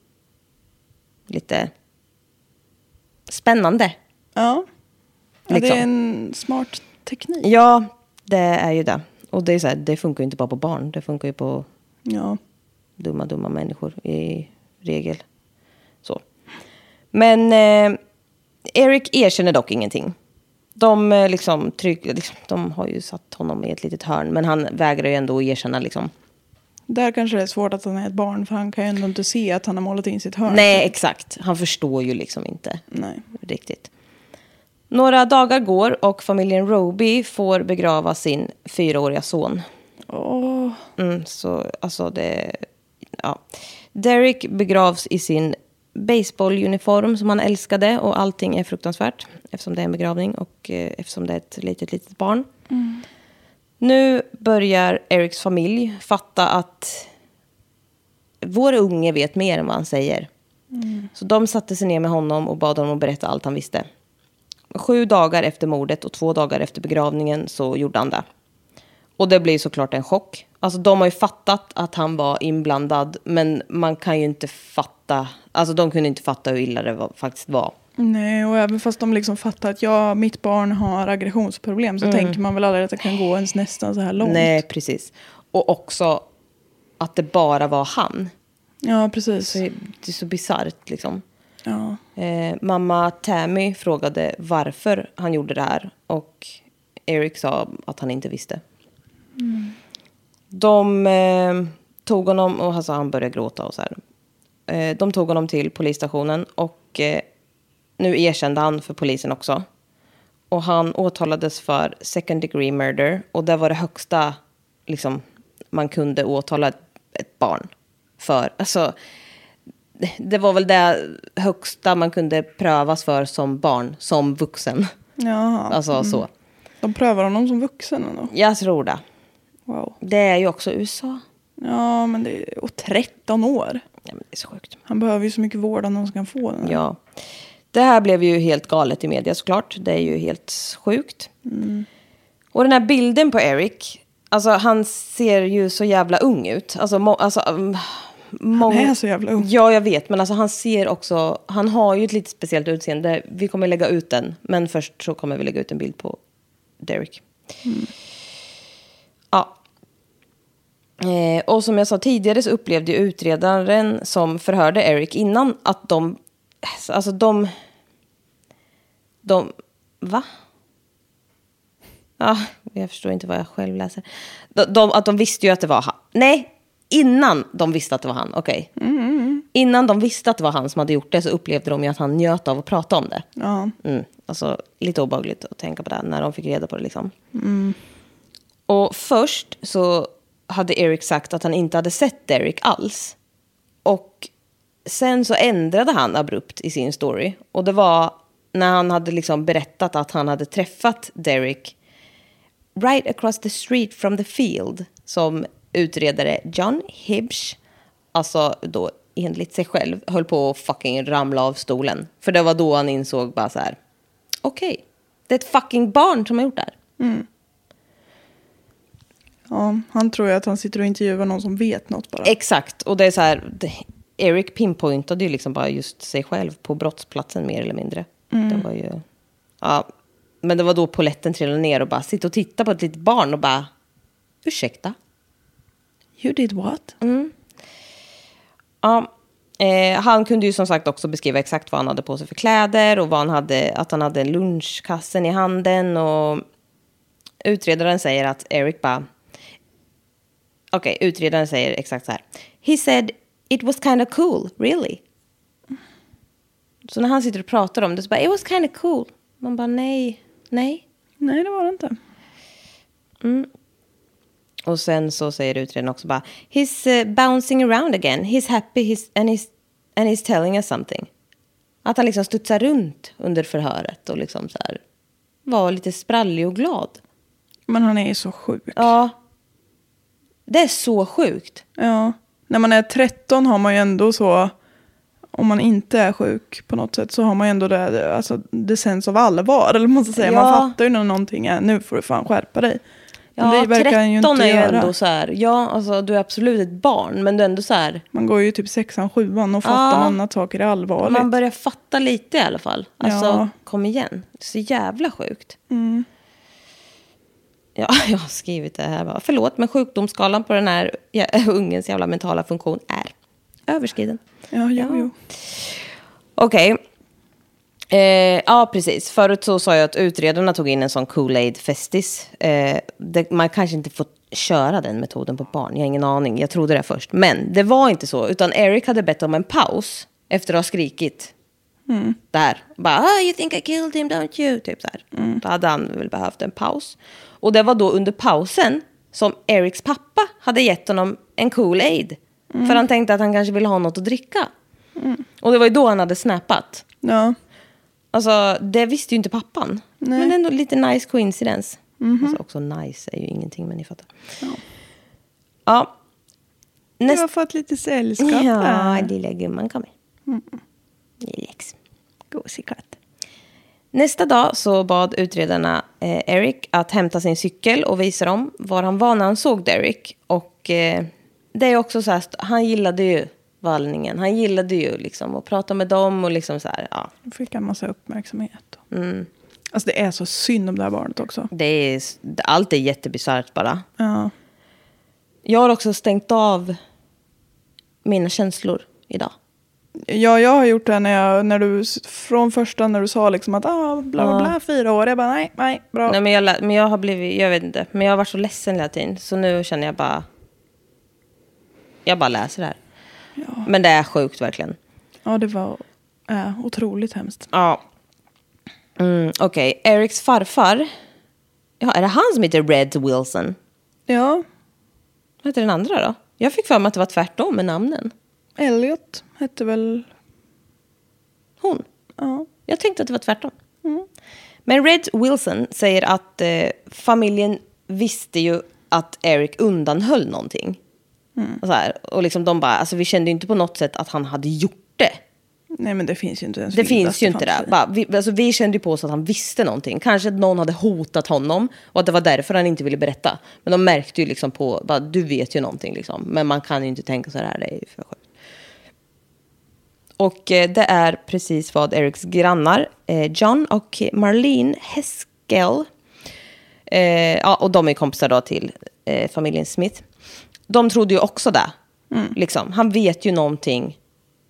lite spännande. Ja, ja liksom. Det är en smart teknik. Ja, det är ju det. Och det är så här, det funkar ju inte bara på barn. Det funkar ju på ja. dumma, dumma människor i regel. Så. Men eh, Eric erkänner dock ingenting. De, liksom, tryck, liksom, de har ju satt honom i ett litet hörn. Men han vägrar ju ändå erkänna. Liksom. Där kanske det är svårt att han är ett barn. För han kan ju ändå inte se att han har målat in sitt hörn. Nej, exakt. Han förstår ju liksom inte. Nej. Riktigt. Några dagar går och familjen Roby får begrava sin fyraåriga son. Åh. Mm, så alltså det... Ja. Derek begravs i sin baseballuniform som han älskade och allting är fruktansvärt eftersom det är en begravning och eh, eftersom det är ett litet, litet barn. Mm. Nu börjar Erics familj fatta att vår unge vet mer än vad han säger. Mm. Så de satte sig ner med honom och bad honom att berätta allt han visste. Sju dagar efter mordet och två dagar efter begravningen så gjorde han det. Och det blir såklart en chock. Alltså de har ju fattat att han var inblandad. Men man kan ju inte fatta. Alltså de kunde inte fatta hur illa det var, faktiskt var. Nej, och även fast de liksom fattar att ja, mitt barn har aggressionsproblem. Så mm. tänker man väl aldrig att det kan gå ens nästan så här långt. Nej, precis. Och också att det bara var han. Ja, precis. Så det är så bizarrt liksom. Ja. Eh, mamma Tammy frågade varför han gjorde det här. Och Eric sa att han inte visste. Mm. De eh, tog honom, och alltså, han började gråta och så här. Eh, de tog honom till polisstationen och eh, nu erkände han för polisen också. Och han åtalades för second degree murder. Och det var det högsta liksom, man kunde åtala ett, ett barn för. Alltså, det, det var väl det högsta man kunde prövas för som barn, som vuxen. Jaha. Alltså mm. så. De prövar honom som vuxen ändå? Jag tror det. Wow. Det är ju också U S A. Ja, men det är... Och tretton år. Ja, men det är så sjukt. Han behöver ju så mycket vård han någonsin kan få. Den. Ja. Det här blev ju helt galet i media såklart. Det är ju helt sjukt. Mm. Och den här bilden på Eric. Alltså han ser ju så jävla ung ut. Alltså, må, alltså um, många... Han är så jävla ung. Ja, jag vet. Men alltså han ser också... Han har ju ett lite speciellt utseende. Vi kommer lägga ut den. Men först så kommer vi lägga ut en bild på Derek. Mm. Ja. Eh, och som jag sa tidigare så upplevde ju utredaren som förhörde Eric innan att de... Alltså de... De... Va? Ja, jag förstår inte vad jag själv läser. De, de, att de visste ju att det var han. Nej, innan de visste att det var han. Okej. Okay. Mm, mm. Innan de visste att det var han som hade gjort det så upplevde de ju att han njöt av att prata om det. Ja. Mm, alltså lite obehagligt att tänka på det när de fick reda på det liksom. Mm. Och först så hade Eric sagt att han inte hade sett Derek alls. Och sen så ändrade han abrupt i sin story. Och det var när han hade liksom berättat att han hade träffat Derek right across the street from the field. Som utredare John Hibsch, alltså då enligt sig själv, höll på att fucking ramla av stolen. För det var då han insåg bara så här: okej, okay, det är ett fucking barn som har gjort det här. Mm. Ja, han tror ju att han sitter och intervjuar någon som vet något bara. Exakt, och det är så här, det, Eric pinpointade ju liksom bara just sig själv på brottsplatsen mer eller mindre. Mm. Det var ju, ja, men det var då poletten trillade ner och bara sitta och titta på ett litet barn och bara, ursäkta? You did what? Mm. Ja, eh, han kunde ju som sagt också beskriva exakt vad han hade på sig för kläder och vad han hade, att han hade lunchkassen i handen, och utredaren säger att Eric bara, okej, okay, utredaren säger exakt så här: he said it was kind of cool, really. Så när han sitter och pratar om det så bara, it was kind of cool. Man bara, nej, nej. Nej, det var det inte. Mm. Och sen så säger utredaren också bara, he's uh, bouncing around again. He's happy he's, and, he's, and he's telling us something. Att han liksom studsar runt under förhöret och liksom så här var lite sprallig och glad. Men han är ju så sjuk. Ja. Det är så sjukt. Ja. När man är tretton har man ju ändå så, om man inte är sjuk på något sätt så har man ju ändå det, alltså det sense av allvar, eller måste säga. Ja. Man fattar ju när någonting är, nu får du fan skärpa dig. Ja, det verkar ju inte är ju göra. Ändå så här, ja, alltså du är absolut ett barn, men du är ändå så här. Man går ju typ sexan, sjuan och fattar ja. man att saker är allvarligt. Man börjar fatta lite i alla fall. Alltså, ja. kom igen. Det är så jävla sjukt. Mm. Ja, jag har skrivit det här bara. Förlåt, men sjukdomsskalan på den här ja, ungens jävla mentala funktion är överskriden. Ja, jo, jo. Okej. Okay. Eh, ja, precis. Förut så sa jag att utredarna tog in en sån Kool-Aid-festis. Eh, det, man kanske inte får köra den metoden på barn. Jag har ingen aning. Jag trodde det först. Men det var inte så. Utan Eric hade bett om en paus efter att ha skrikit. Mm. Där. Bara, oh, you think I killed him, don't you? Typ så här. Mm. Då hade han väl behövt en paus. Och det var då under pausen som Erics pappa hade gett honom en Kool-Aid. Mm. För han tänkte att han kanske ville ha något att dricka. Mm. Och det var ju då han hade snappat. Ja. Alltså, det visste ju inte pappan. Nej. Men det är ändå lite nice coincidence. Mm-hmm. Alltså, också nice är ju ingenting, men ni fattar. Ja. Ja. Näst... Du har fått lite sällskap. Ja, lilla gumman kommer. Mm. Lex. Gosig-katt. Nästa dag så bad utredarna eh, Eric att hämta sin cykel och visa dem var han var när han såg Derek. Och eh, det är också så här, han gillade ju vallningen. Han gillade ju liksom att prata med dem och liksom så här, ja. Då fick han massa uppmärksamhet. Mm. Alltså det är så synd om det här barnet också. Det är, allt är jättebisarrt bara. Ja. Jag har också stängt av mina känslor idag. Ja, jag har gjort det när, jag, när du, från första när du sa liksom att ah, bla bla bla, ja. fyra år. Jag bara nej, nej, bra. Nej, men jag, men jag har blivit, jag vet inte, men jag har varit så ledsen hela tiden. Så nu känner jag bara, Jag bara läser det här. Ja. Men det är sjukt verkligen. Ja, det var äh, otroligt hemskt. Ja. Mm, Okej, okay. Erics farfar. Ja, är det han som heter Red Wilson? Ja. Vad heter den andra då? Jag fick för mig att det var tvärtom med namnen. Elliot hette väl... Hon? Ja. Jag tänkte att det var tvärtom. Mm. Men Red Wilson säger att eh, familjen visste ju att Eric undanhöll någonting. Mm. Och, så här, och liksom de bara, alltså vi kände ju inte på något sätt att han hade gjort det. Nej, men det finns ju inte ens. Det finns ju inte det. Bara, vi, alltså, vi kände ju på oss att han visste någonting. Kanske att någon hade hotat honom och att det var därför han inte ville berätta. Men de märkte ju liksom på, bara, du vet ju någonting liksom. Men man kan ju inte tänka så här, det är ju för sjukt. Och eh, det är precis vad Erics grannar, eh, John och Marlene Heskell, eh, ja, och de är kompisar då till eh, familjen Smith. De trodde ju också det. Mm. Liksom. Han vet ju någonting.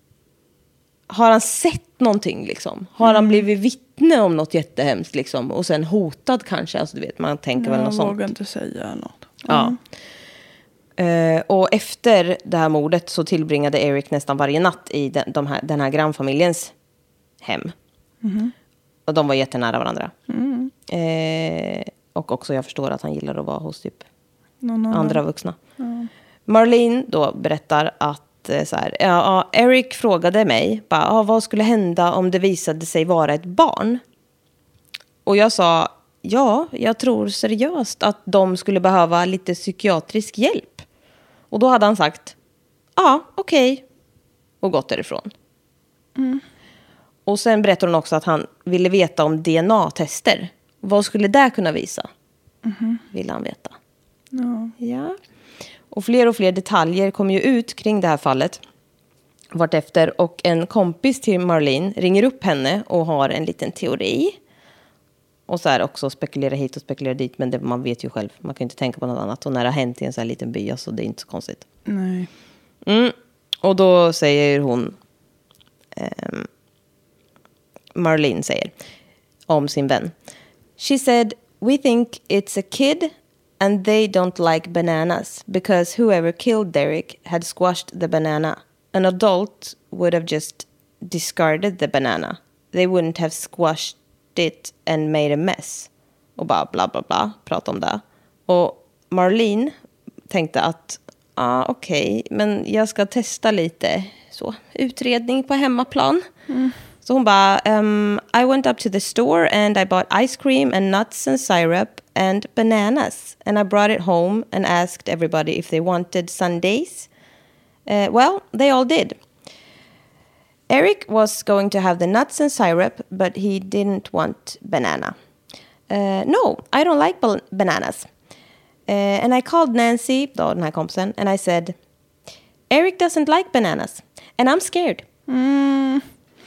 Har han sett någonting liksom? Har mm. han blivit vittne om något jättehemskt liksom? Och sen hotad kanske? Alltså, du vet, man tänker ja, väl något sånt. Jag vågar inte säga något. Mm. Ja. Uh, och efter det här mordet så tillbringade Eric nästan varje natt i den, de här, den här grannfamiljens hem. Mm. Och de var jättenära varandra. Mm. Uh, och också jag förstår att han gillar att vara hos typ no, no, andra no. vuxna. Mm. Marlene då berättar att så här, ja, Eric frågade mig bara, ah, vad skulle hända om det visade sig vara ett barn? Och jag sa, ja, jag tror seriöst att de skulle behöva lite psykiatrisk hjälp. Och då hade han sagt, ja, okej. Okay. Och gått därifrån. Mm. Och sen berättade hon också att han ville veta om D N A-tester. Vad skulle det kunna visa? Mm. Ville han veta. Ja. Ja. Och fler och fler detaljer kom ju ut kring det här fallet vartefter. Och en kompis till Marlene ringer upp henne och har en liten teori. Och så här också spekulera hit och spekulera dit. Men det, man vet ju själv, man kan inte tänka på något annat. Och när det har hänt i en så här liten by så det är inte så konstigt. Nej. Mm. Och då säger hon, eh, Marlene säger om sin vän. She said, we think it's a kid... and they don't like bananas because whoever killed Derek had squashed the banana. An adult would have just discarded the banana. They wouldn't have squashed it and made a mess. Och bara bla bla bla, prata om det. Och Marlene tänkte att, ah, okej, okay, men jag ska testa lite så, utredning på hemmaplan. Mm. Så hon bara, um, I went up to the store and I bought ice cream and nuts and syrup and bananas. And I brought it home and asked everybody if they wanted sundaes. Uh, well, they all did. Eric was going to have the nuts and syrup, but he didn't want banana. Uh, no, I don't like ba- bananas. Uh, and I called Nancy, då den här kompisen, and I said, Eric doesn't like bananas. And I'm scared. Mm.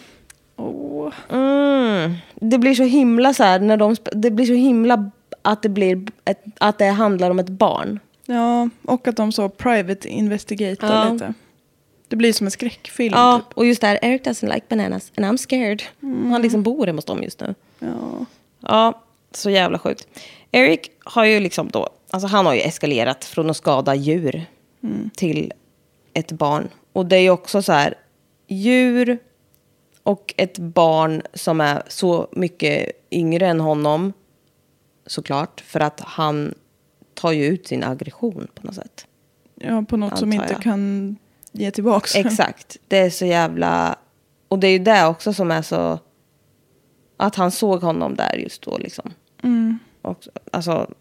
Oh. Mm. Det blir så himla så här när de sp- det blir så himla att det blir ett, att det handlar om ett barn. Ja, och att de så private investigator ja. lite. Det blir som en skräckfilm. Ja, typ. Och just där, Eric doesn't like bananas and I'm scared. Mm. Han liksom bor hemma hos dem just nu. Ja. Ja, så jävla sjukt. Eric har ju liksom då, alltså han har ju eskalerat från att skada djur mm. till ett barn. Och det är ju också så här, djur och ett barn som är så mycket yngre än honom, såklart, för att han tar ju ut sin aggression på något sätt. Ja, på något som inte jag. kan ge tillbaka. Exakt, det är så jävla... Och det är ju det också som är så... Att han såg honom där just då liksom. Mm. Och, alltså...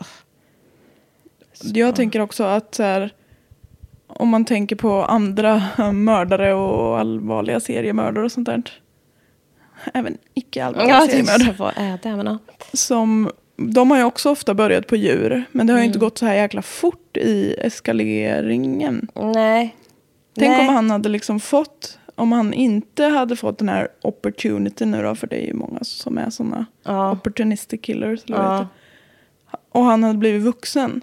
Så. Jag tänker också att så här, om man tänker på andra mördare och allvarliga seriemördare och sånt där. Även icke allvarliga ja, seriemördare. Det är, som, de har ju också ofta börjat på djur. Men det har ju mm. inte gått så här jäkla fort i eskaleringen. Nej. Tänk Nej. om han hade liksom fått... Om han inte hade fått den här opportunity nu då. För det är ju många som är såna ja. opportunistic killers. Eller ja. vet du. Och han hade blivit vuxen.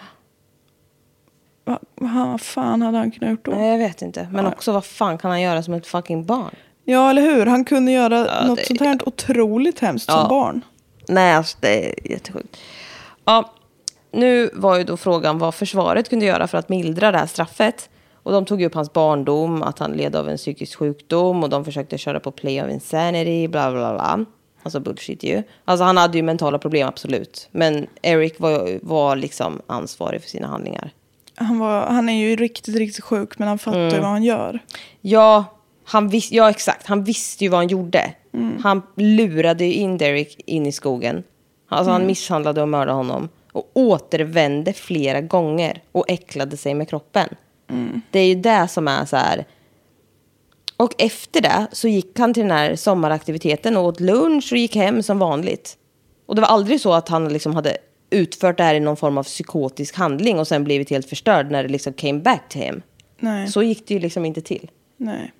Vad, vad fan hade han kunnat gjort då? Nej, jag vet inte. Men ja. också vad fan kan han göra som ett fucking barn? Ja, eller hur? Han kunde göra ja, något det, sånt här otroligt hemskt ja. som barn. Nej, alltså det är jättesjukt. Ja, nu var ju då frågan vad försvaret kunde göra för att mildra det här straffet. Och Och de tog upp hans barndom, att han led av en psykisk sjukdom. Och de försökte köra på play of insanity, bla bla bla. Alltså bullshit ju. Alltså han hade ju mentala problem, absolut. Men Eric var, var liksom ansvarig för sina handlingar. Han, var, han är ju riktigt, riktigt sjuk, men han fattar Mm. ju vad han gör. Ja, han vis- ja, exakt. Han visste ju vad han gjorde. Mm. Han lurade ju in Derek in i skogen. Alltså mm. han misshandlade och mördade honom. Och återvände flera gånger. Och äcklade sig med kroppen. Mm. Det är ju det som är så här. Och efter det så gick han till den här sommaraktiviteten och åt lunch och gick hem som vanligt. Och det var aldrig så att han liksom hade utfört det här i någon form av psykotisk handling och sen blivit helt förstörd när det liksom came back to him. Nej. Så gick det ju liksom inte till. Nej.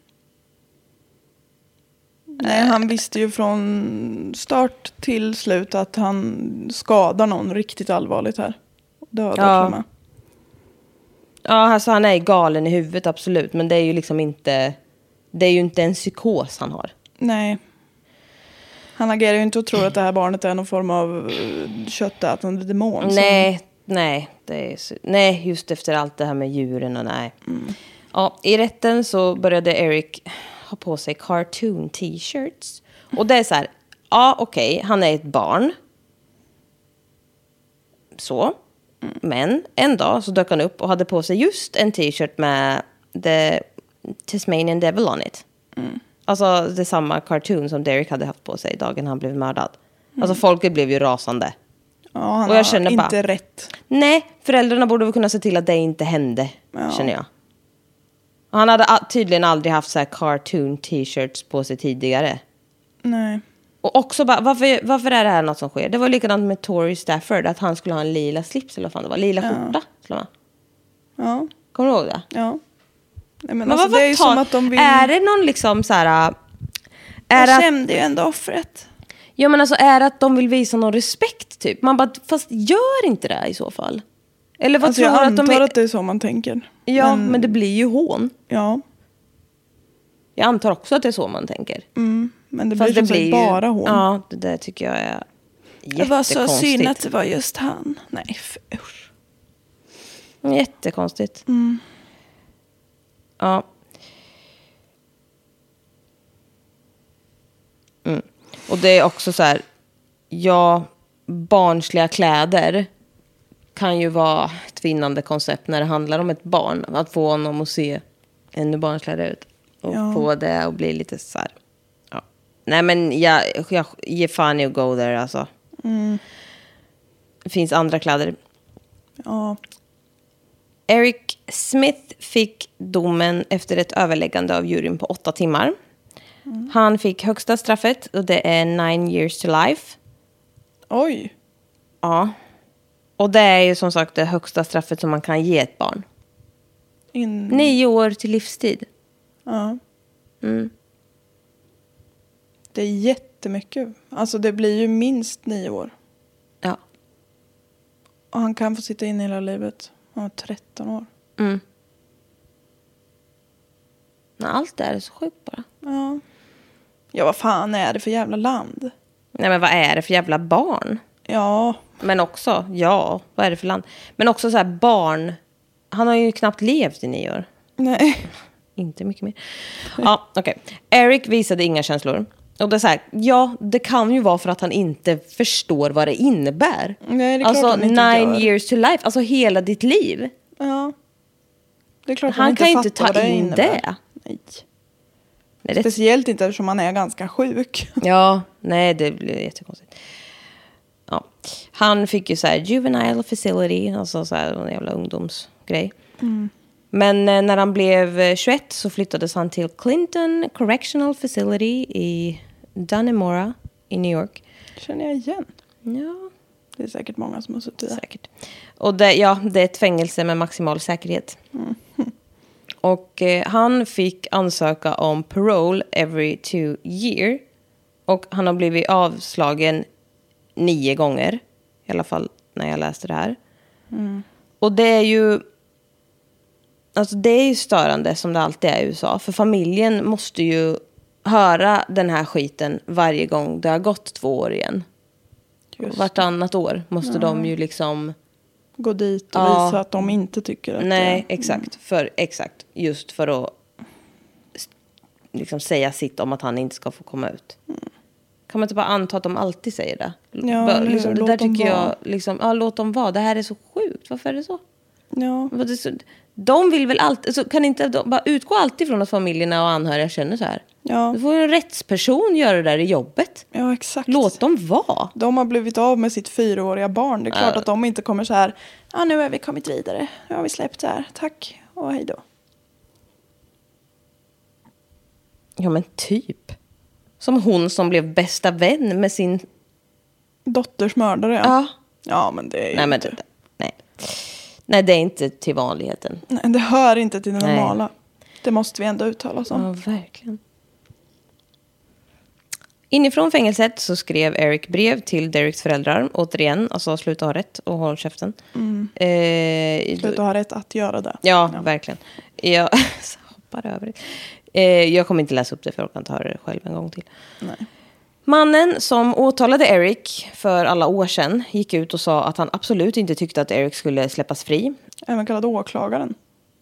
Nej, han visste ju från start till slut att han skadar någon riktigt allvarligt här. Dödar ja. till med. Ja, alltså han är galen i huvudet, absolut. Men det är ju liksom inte... Det är ju inte en psykos han har. Nej. Han agerar ju inte och tror att det här barnet är någon form av köttätande demon. Nej, som... nej. Det är så... Nej, just efter allt det här med djuren och nej. Mm. Ja, i rätten så började Eric ha på sig cartoon t-shirts. Och det är så här, ja okej, okay, han är ett barn. Så. Mm. Men en dag så dök han upp och hade på sig just en t-shirt med The Tasmanian Devil on it. Mm. Alltså det är samma cartoon som Derek hade haft på sig dagen han blev mördad. Mm. Alltså folket blev ju rasande. Ja, han och jag känner bara, inte rätt. Nej, föräldrarna borde väl kunna se till att det inte hände, ja. Känner jag. Och han hade tydligen aldrig haft så här cartoon t-shirts på sig tidigare. Nej. Och också bara, varför, varför är det här något som sker? Det var likadant med Tori Stafford, att han skulle ha en lila slips eller vad fan det var. Lila ja. skjorta, skulle man. Ja. Kommer du ihåg det? Ja. Nej, men men alltså, det är ju ta, som att de vill... Är det någon liksom så här... Är jag att, kände ju ändå offret. Ja, men alltså är det att de vill visa någon respekt typ? Man bara, fast gör inte det i så fall. Eller vad alltså, tror jag att antar de vill... att det är så man tänker. Ja, men, men det blir ju hån. Ja. Jag antar också att det är så man tänker. Mm, men det blir, det blir ju bara hån. Ja, det där tycker jag är jättekonstigt. Det var så synd att det var just han. Nej, usch. Jättekonstigt. Mm. Ja. Mm. Och det är också så här, ja, barnsliga kläder kan ju vara ett vinnande koncept när det handlar om ett barn. Att få honom att se ännu barnsligare ut. Och ja. Få det och bli lite så här. Ja. Nej, men jag, jag ger fan i att go there alltså. Mm. Det finns andra kläder. Ja. Eric Smith fick domen efter ett överläggande av juryn på åtta timmar. Mm. Han fick högsta straffet och det är nine years to life. Oj. Ja. Och det är ju som sagt det högsta straffet som man kan ge ett barn. In... Nio år till livstid. Ja. Mm. Det är jättemycket. Alltså det blir ju minst nio år. Ja. Och han kan få sitta in hela livet. Han var tretton år. Mm. Men allt det är så sjukt bara. Ja. Ja, vad fan är det för jävla land? Nej, men vad är det för jävla barn? Ja. Men också, ja, vad är det för land? Men också så här barn. Han har ju knappt levt i nio år. Nej. Inte mycket mer. Ja, okej. Okay. Eric visade inga känslor. Och det är så här, ja, det kan ju vara för att han inte förstår vad det innebär. Nej, det är alltså, klart han inte nine gör. years to life. Alltså hela ditt liv. Ja. Det är klart han, han inte kan inte ta det in innebär. det. Nej. Nej det... Speciellt inte eftersom han är ganska sjuk. Ja, nej, det blir jättekonstigt. Ja. Han fick ju så här juvenile facility, alltså så här en jävla ungdomsgrej. Mm. Men eh, när han blev tjugoett så flyttades han till Clinton Correctional Facility i Dannemora i New York. Känner jag igen. Ja. Det är säkert många som har suttit där. Säkert. Och det, ja, det är ett fängelse med maximal säkerhet. Mm. Och eh, han fick ansöka om parole every two year. Och han har blivit avslagen nio gånger. I alla fall när jag läste det här. Mm. Och det är ju... Alltså det är ju störande som det alltid är i U S A. För familjen måste ju höra den här skiten varje gång det har gått två år igen. Just. Vartannat år måste ja. de ju liksom gå dit och Ja. visa att de inte tycker att Nej, det... exakt. För, exakt. Just för att liksom säga sitt om att han inte ska få komma ut. Mm. Kan man inte bara anta att de alltid säger det? Ja, bara, nu, liksom, det låt där dem tycker vara. jag, liksom, ja, låt dem vara. Det här är så sjukt. Varför är det så? Ja. Vad det så de vill väl alltid, så kan inte de bara utgå alltid från att familjerna och anhöriga känner så här. Ja. Då får ju en rättsperson göra det där i jobbet. Ja, exakt. Låt dem vara. De har blivit av med sitt fyraåriga barn. Det är klart Ja. att de inte kommer så här, ja, nu har vi kommit vidare. Nu har vi släppt det här. Tack och hej då. Ja, men typ. Som hon som blev bästa vän med sin... Dotters mördare, ja. Ja. Ja, men det är ju Nej, men inte... det, nej. Nej, det är inte till vanligheten. Nej, det hör inte till det Nej. normala. Det måste vi ändå uttala oss om. Ja, verkligen. Inifrån fängelset så skrev Eric brev till Dereks föräldrar. Återigen, alltså sluta ha rätt och håll käften. Mm. Eh, Sluta ha rätt att göra det. Ja, Ja. verkligen. Jag hoppar över det. Eh, jag kommer inte läsa upp det för jag kan ta det själv en gång till. Nej. Mannen som åtalade Eric för alla år sedan gick ut och sa att han absolut inte tyckte att Eric skulle släppas fri. Även kallad åklagaren.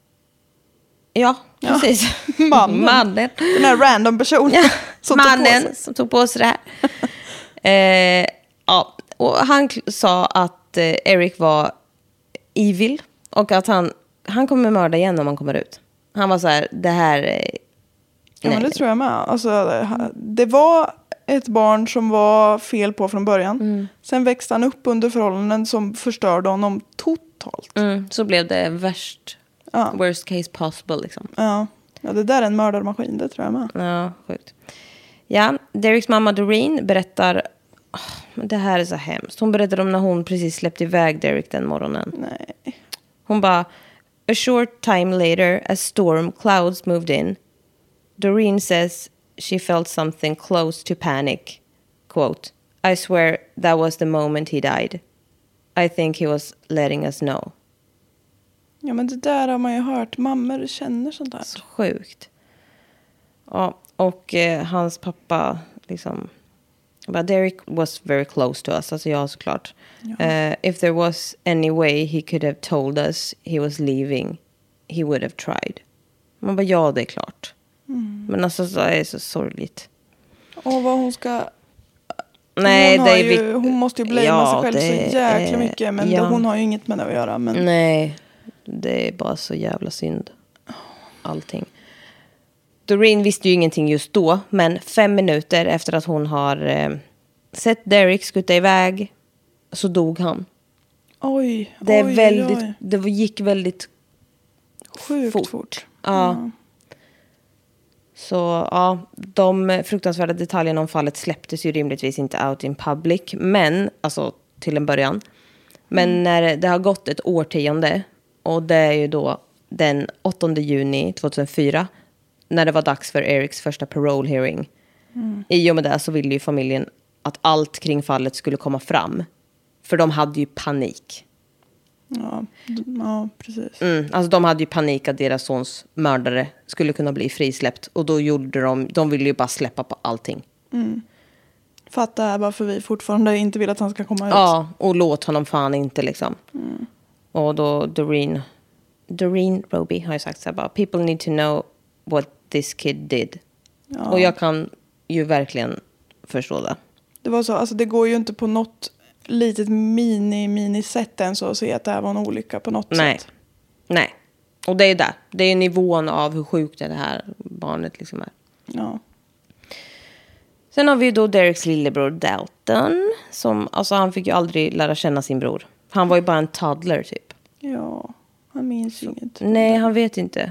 Ja, Ja. precis. Mannen. Mannen. Den här random personen Ja, som tog på mannen sig. som tog på sig det här. eh, ja, och han k- sa att eh, Eric var evil och att han, han kommer mörda igen om han kommer ut. Han var så här, det här... Eh, Ja, men nej. det tror jag med. Alltså, det var ett barn som var fel på från början. Mm. Sen växte han upp under förhållanden som förstörde honom totalt. Mm, så blev det värst, Ja. worst case possible liksom. Ja. Ja, det där är en mördarmaskin, det tror jag med. Ja, sjukt. Ja, Dereks mamma Doreen berättar... Oh, men det här är så hemskt. Hon berättade om när hon precis släppte iväg Derek den morgonen. Nej. Hon bara... A short time later, as storm clouds moved in, Doreen says she felt something close to panic. Quote, I swear that was the moment he died. I think he was letting us know. Ja, men det där har man ju hört. Mammor känner sånt där. Så sjukt. Ja, och eh, hans pappa liksom... But Derek was very close to us, alltså jag såklart. Uh, if there was any way he could have told us he was leaving, he would have tried. Man bara, ja, det är klart. Mm. Men alltså, så är det så sorgligt. Och vad hon ska... Nej, hon, det har är ju, vik- hon måste ju blamea Ja, sig själv det så jäkla är- mycket. Men ja. det, hon har ju inget med det att göra. Men... Nej, det är bara så jävla synd. Allting. Doreen visste ju ingenting just då. Men fem minuter efter att hon har eh, sett Derek skutta iväg så dog han. Oj, Det, är oj, väldigt, oj. det gick väldigt Sjukt fort. fort. Ja. Så ja, de fruktansvärda detaljerna om fallet släpptes ju rimligtvis inte out in public. Men, alltså till en början. Men mm. när det har gått ett årtionde. Och det är ju då den åttonde juni tjugohundrafyra. När det var dags för Erics första parole hearing. Mm. I och med det så ville ju familjen att allt kring fallet skulle komma fram. För de hade ju panik. Ja, d- ja precis. Mm, alltså de hade ju panik att deras sons mördare skulle kunna bli frisläppt. Och då gjorde de, de ville ju bara släppa på allting. Mm. Fatta varför vi fortfarande inte vill att han ska komma ut. Ja, och låt honom fan inte liksom. Mm. Och då Doreen, Doreen Roby har ju sagt så här bara, people need to know what this kid did. Ja. Och jag kan ju verkligen förstå det. Det var så, alltså det går ju inte på något litet mini-mini-sätt än så att se att det här var en olycka på något Nej. sätt. Nej. Och det är det. Det är nivån av hur sjukt det här barnet liksom är. Ja. Sen har vi då Dereks lillebror Dalton. Som, alltså han fick ju aldrig lära känna sin bror. Han var ju bara en toddler typ. Ja, han minns ju inget. Nej, han vet inte.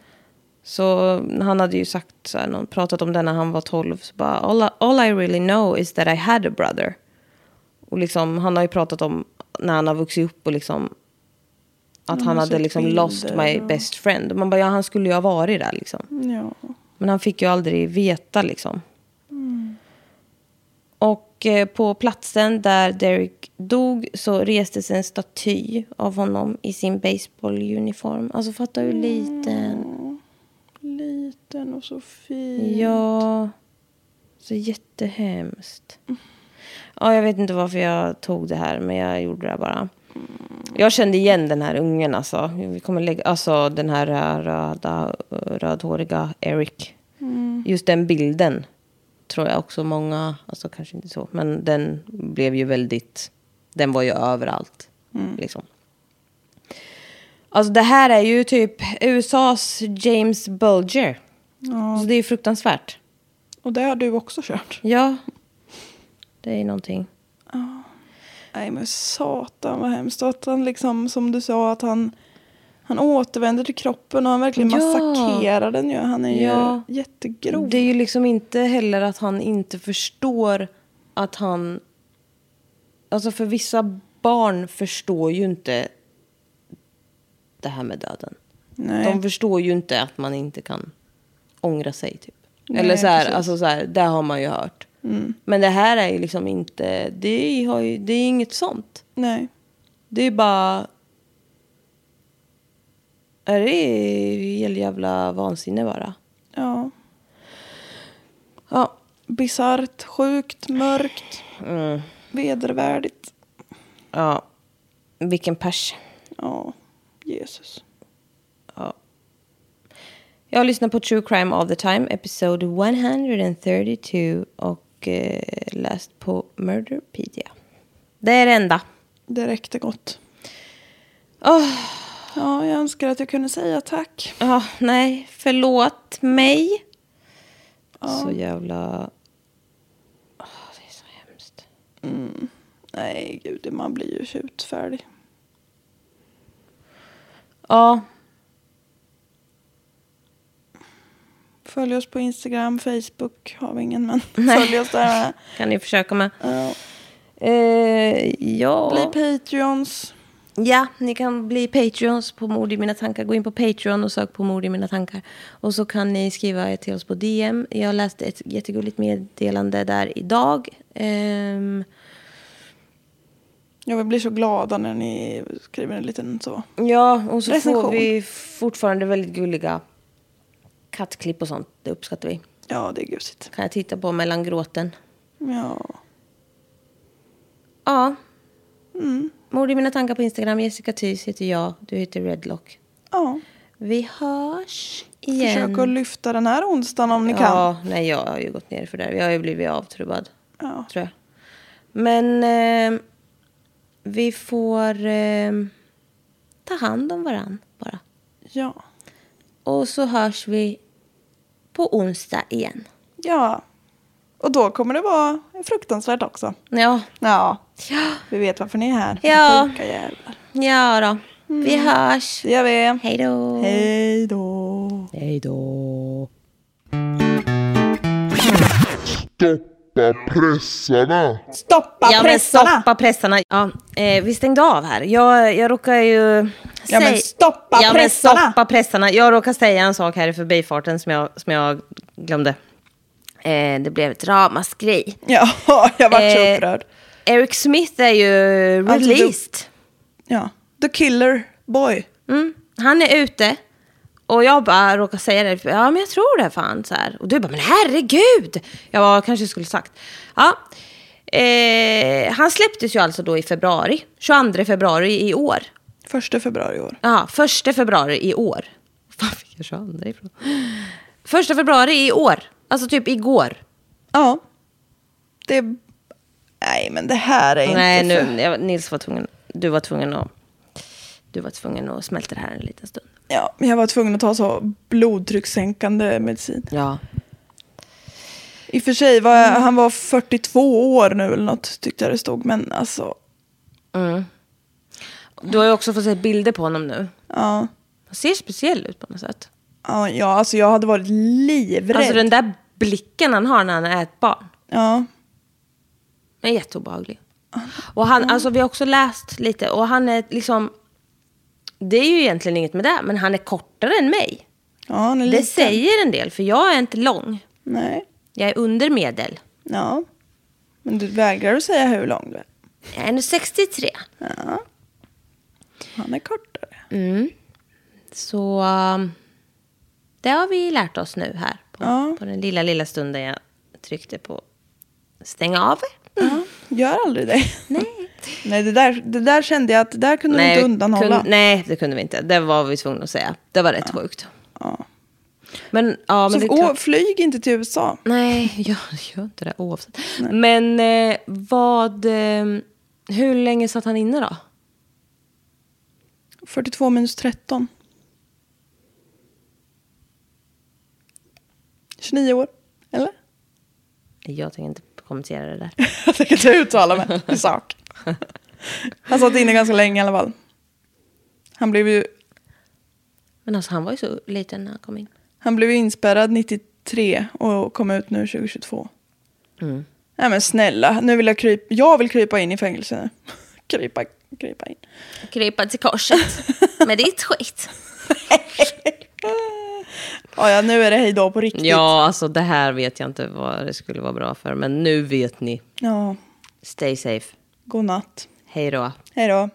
Så han hade ju sagt så här, någon pratat om det när han var tolv. Så bara, all I, all I really know is that I had a brother. Och liksom, han har ju pratat om när han har vuxit upp och liksom... Att Ja, han men hade sett liksom bilder lost my och- best friend. Och man bara, ja han skulle ju ha varit där liksom. Ja. Men han fick ju aldrig veta liksom. Och eh, på platsen där Derek dog så restes en staty av honom i sin baseballuniform. Alltså fatta hur liten. Liten och så fin. Ja, så jättehemskt. Ja, jag vet inte varför jag tog det här, men jag gjorde det bara. Jag kände igen den här ungen alltså. Vi kommer lägga, alltså den här röda, rödhåriga Eric. Mm. Just den bilden tror jag också många, alltså kanske inte så, men den blev ju väldigt, den var ju överallt. Mm. Liksom. Alltså det här är ju typ U S A's James Bulger. Ja. Så det är ju fruktansvärt. Och det har du också kört. Ja, det är någonting. Ja. Nej men satan vad hemskt. Att han liksom, som du sa, att han, han återvänder till kroppen och han verkligen ja. massakrerar den ju. Han är ja. ju jättegrov. Det är ju liksom inte heller att han inte förstår att han... Alltså för vissa barn förstår ju inte det här med döden. Nej. De förstår ju inte att man inte kan ångra sig typ. Nej, eller så här, alltså så här, det har man ju hört. Mm. Men det här är ju liksom inte, det, har ju, det är inget sånt. Nej. Det är bara, är det helt jävla vansinne bara. Ja. Ja. Bizarrt, sjukt, mörkt, mm. vedervärdigt. Ja. Vilken pers. Ja, Jesus. Ja. Jag har lyssnat på True Crime All the Time, episode one thirty-two och eh, läst på Murderpedia. Det är det enda. Det räckte gott. Oh. Ja, jag önskar att jag kunde säga tack. Ja, oh, nej, förlåt mig. Ja. Så jävla... Oh, det är så hemskt. Mm. Nej, gud, man blir ju tjutfärdig. Ja. Följ oss på Instagram, Facebook har vi ingen, men nej. Följ oss där. Kan ni försöka med. Ja. Eh, ja. Bli Patreons. Ja, ni kan bli Patreons på Mord i mina tankar. Gå in på Patreon och sök på Mord i mina tankar. Och så kan ni skriva till oss på D M. Jag läste ett jättegulligt meddelande där idag. Um, Ja, vi blir så glada när ni skriver en liten så. Ja, och så recension. Får vi fortfarande väldigt gulliga kattklipp och sånt. Det uppskattar vi. Ja, det är gusigt. Kan jag titta på mellan gråten. Ja. Ja. Mm. Mord i mina tankar på Instagram. Jessica Thys heter jag. Du heter Redlock. Ja. Vi hörs igen. Försök att lyfta den här onsdagen om ni ja, kan. Ja, nej jag har ju gått ner för det. Jag har ju blivit avtrubbad. Ja. Tror jag. Men... Eh, vi får eh, ta hand om varann bara. Ja. Och så hörs vi på onsdag igen. Ja. Och då kommer det vara fruktansvärt också. Ja. Ja. Ja. Vi vet varför ni är här. Ja. Sjuka jävlar. Ja då. Mm. Vi hörs. Det gör vi. Hej då. Hej då. Hej då. Stoppa pressarna. Stoppa ja, pressarna. Stoppa pressarna. Ja, eh, vi stängde av här. Jag, jag råkar ju... Ja, men stoppa ja, pressarna. Men stoppa pressarna. Jag råkar säga en sak här i förbifarten som jag, som jag glömde. Eh, det blev ett ramaskri. Ja, jag var så upprörd. Eh, Eric Smith är ju released. Alltså, ja, The Killer Boy. Mm, han är ute. Och jag bara råkar säga det. Ja, men jag tror det fan så här. Och du bara, men herregud. Jag var, kanske skulle sagt. Ja. Eh, han släpptes ju alltså då i februari. tjugoandra februari i år. Första februari i år. Ja, första februari i år. Vad fick jag tjugoandra ifrån? Första februari i år. Alltså typ igår. Ja. Det... Nej, men det här är Nej, inte nu, jag, Nils var tvungen. Du var tvungen att... Du var tvungen att smälta det här en liten stund. Ja, jag var tvungen att ta så blodtryckssänkande medicin. Ja. I och för sig var mm. han var fyrtiotvå år nu eller något tyckte jag det stod. Men alltså... Mm. Du har ju också fått se bilder på honom nu. Ja. Han ser speciell ut på något sätt. Ja, ja, alltså jag hade varit livrädd. Alltså den där blicken han har när han är ett barn. Ja. Den är jätteobehaglig. Och han, alltså vi har också läst lite. Och han är liksom... Det är ju egentligen inget med det. Men han är kortare än mig. Ja, han är det liten. säger en del. För jag är inte lång. Nej. Jag är under medel. Ja. Men du vägrar att säga hur lång du är. Jag är sextiotre. Ja. Han är kortare. Mm. Så um, det har vi lärt oss nu här. På, ja. på den lilla, lilla stunden jag tryckte på stänga av. Mm. Ja, gör aldrig det. Nej. Nej, det där, det där kände jag att det där kunde nej, vi inte undanhålla. Kun, nej, det kunde vi inte. Det var vi tvungna att säga. Det var rätt ja. sjukt. Ja. Men, ja, men så det är klart. Flyg inte till U S A. Nej, jag gör inte det oavsett. Nej. Men eh, vad... Eh, hur länge satt han inne då? fyrtiotvå minus tretton. tjugonio år, eller? Jag tänker inte kommentera det där. Jag tänker inte uttala mig i sak. Han satt inne ganska länge i alla fall. Han blev ju... Men alltså han var ju så liten när han kom in. Han blev ju inspärrad nittiotre och kom ut nu tjugohundratjugotvå. Mm. Nej men snälla, nu vill jag krypa... Jag vill krypa in i fängelse nu. krypa, krypa in. Krypa till korset med ditt skit. Ja, ja, nu är det hej då på riktigt. Ja, alltså det här vet jag inte vad det skulle vara bra för. Men nu vet ni. Ja. Stay safe. God natt. Hej då. Hej då.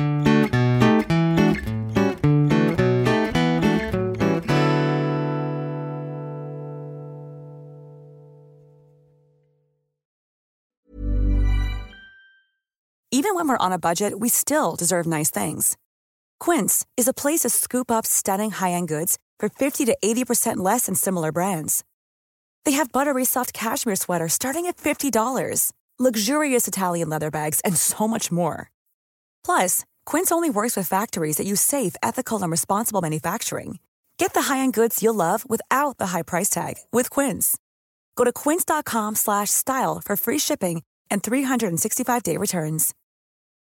Even when we're on a budget, we still deserve nice things. Quince is a place to scoop up stunning high-end goods for fifty to eighty percent less than similar brands. They have buttery soft cashmere sweaters starting at fifty dollars, luxurious Italian leather bags, and so much more. Plus, Quince only works with factories that use safe, ethical, and responsible manufacturing. Get the high-end goods you'll love without the high price tag with Quince. Go to quince dot com slash style for free shipping and three hundred sixty-five day returns.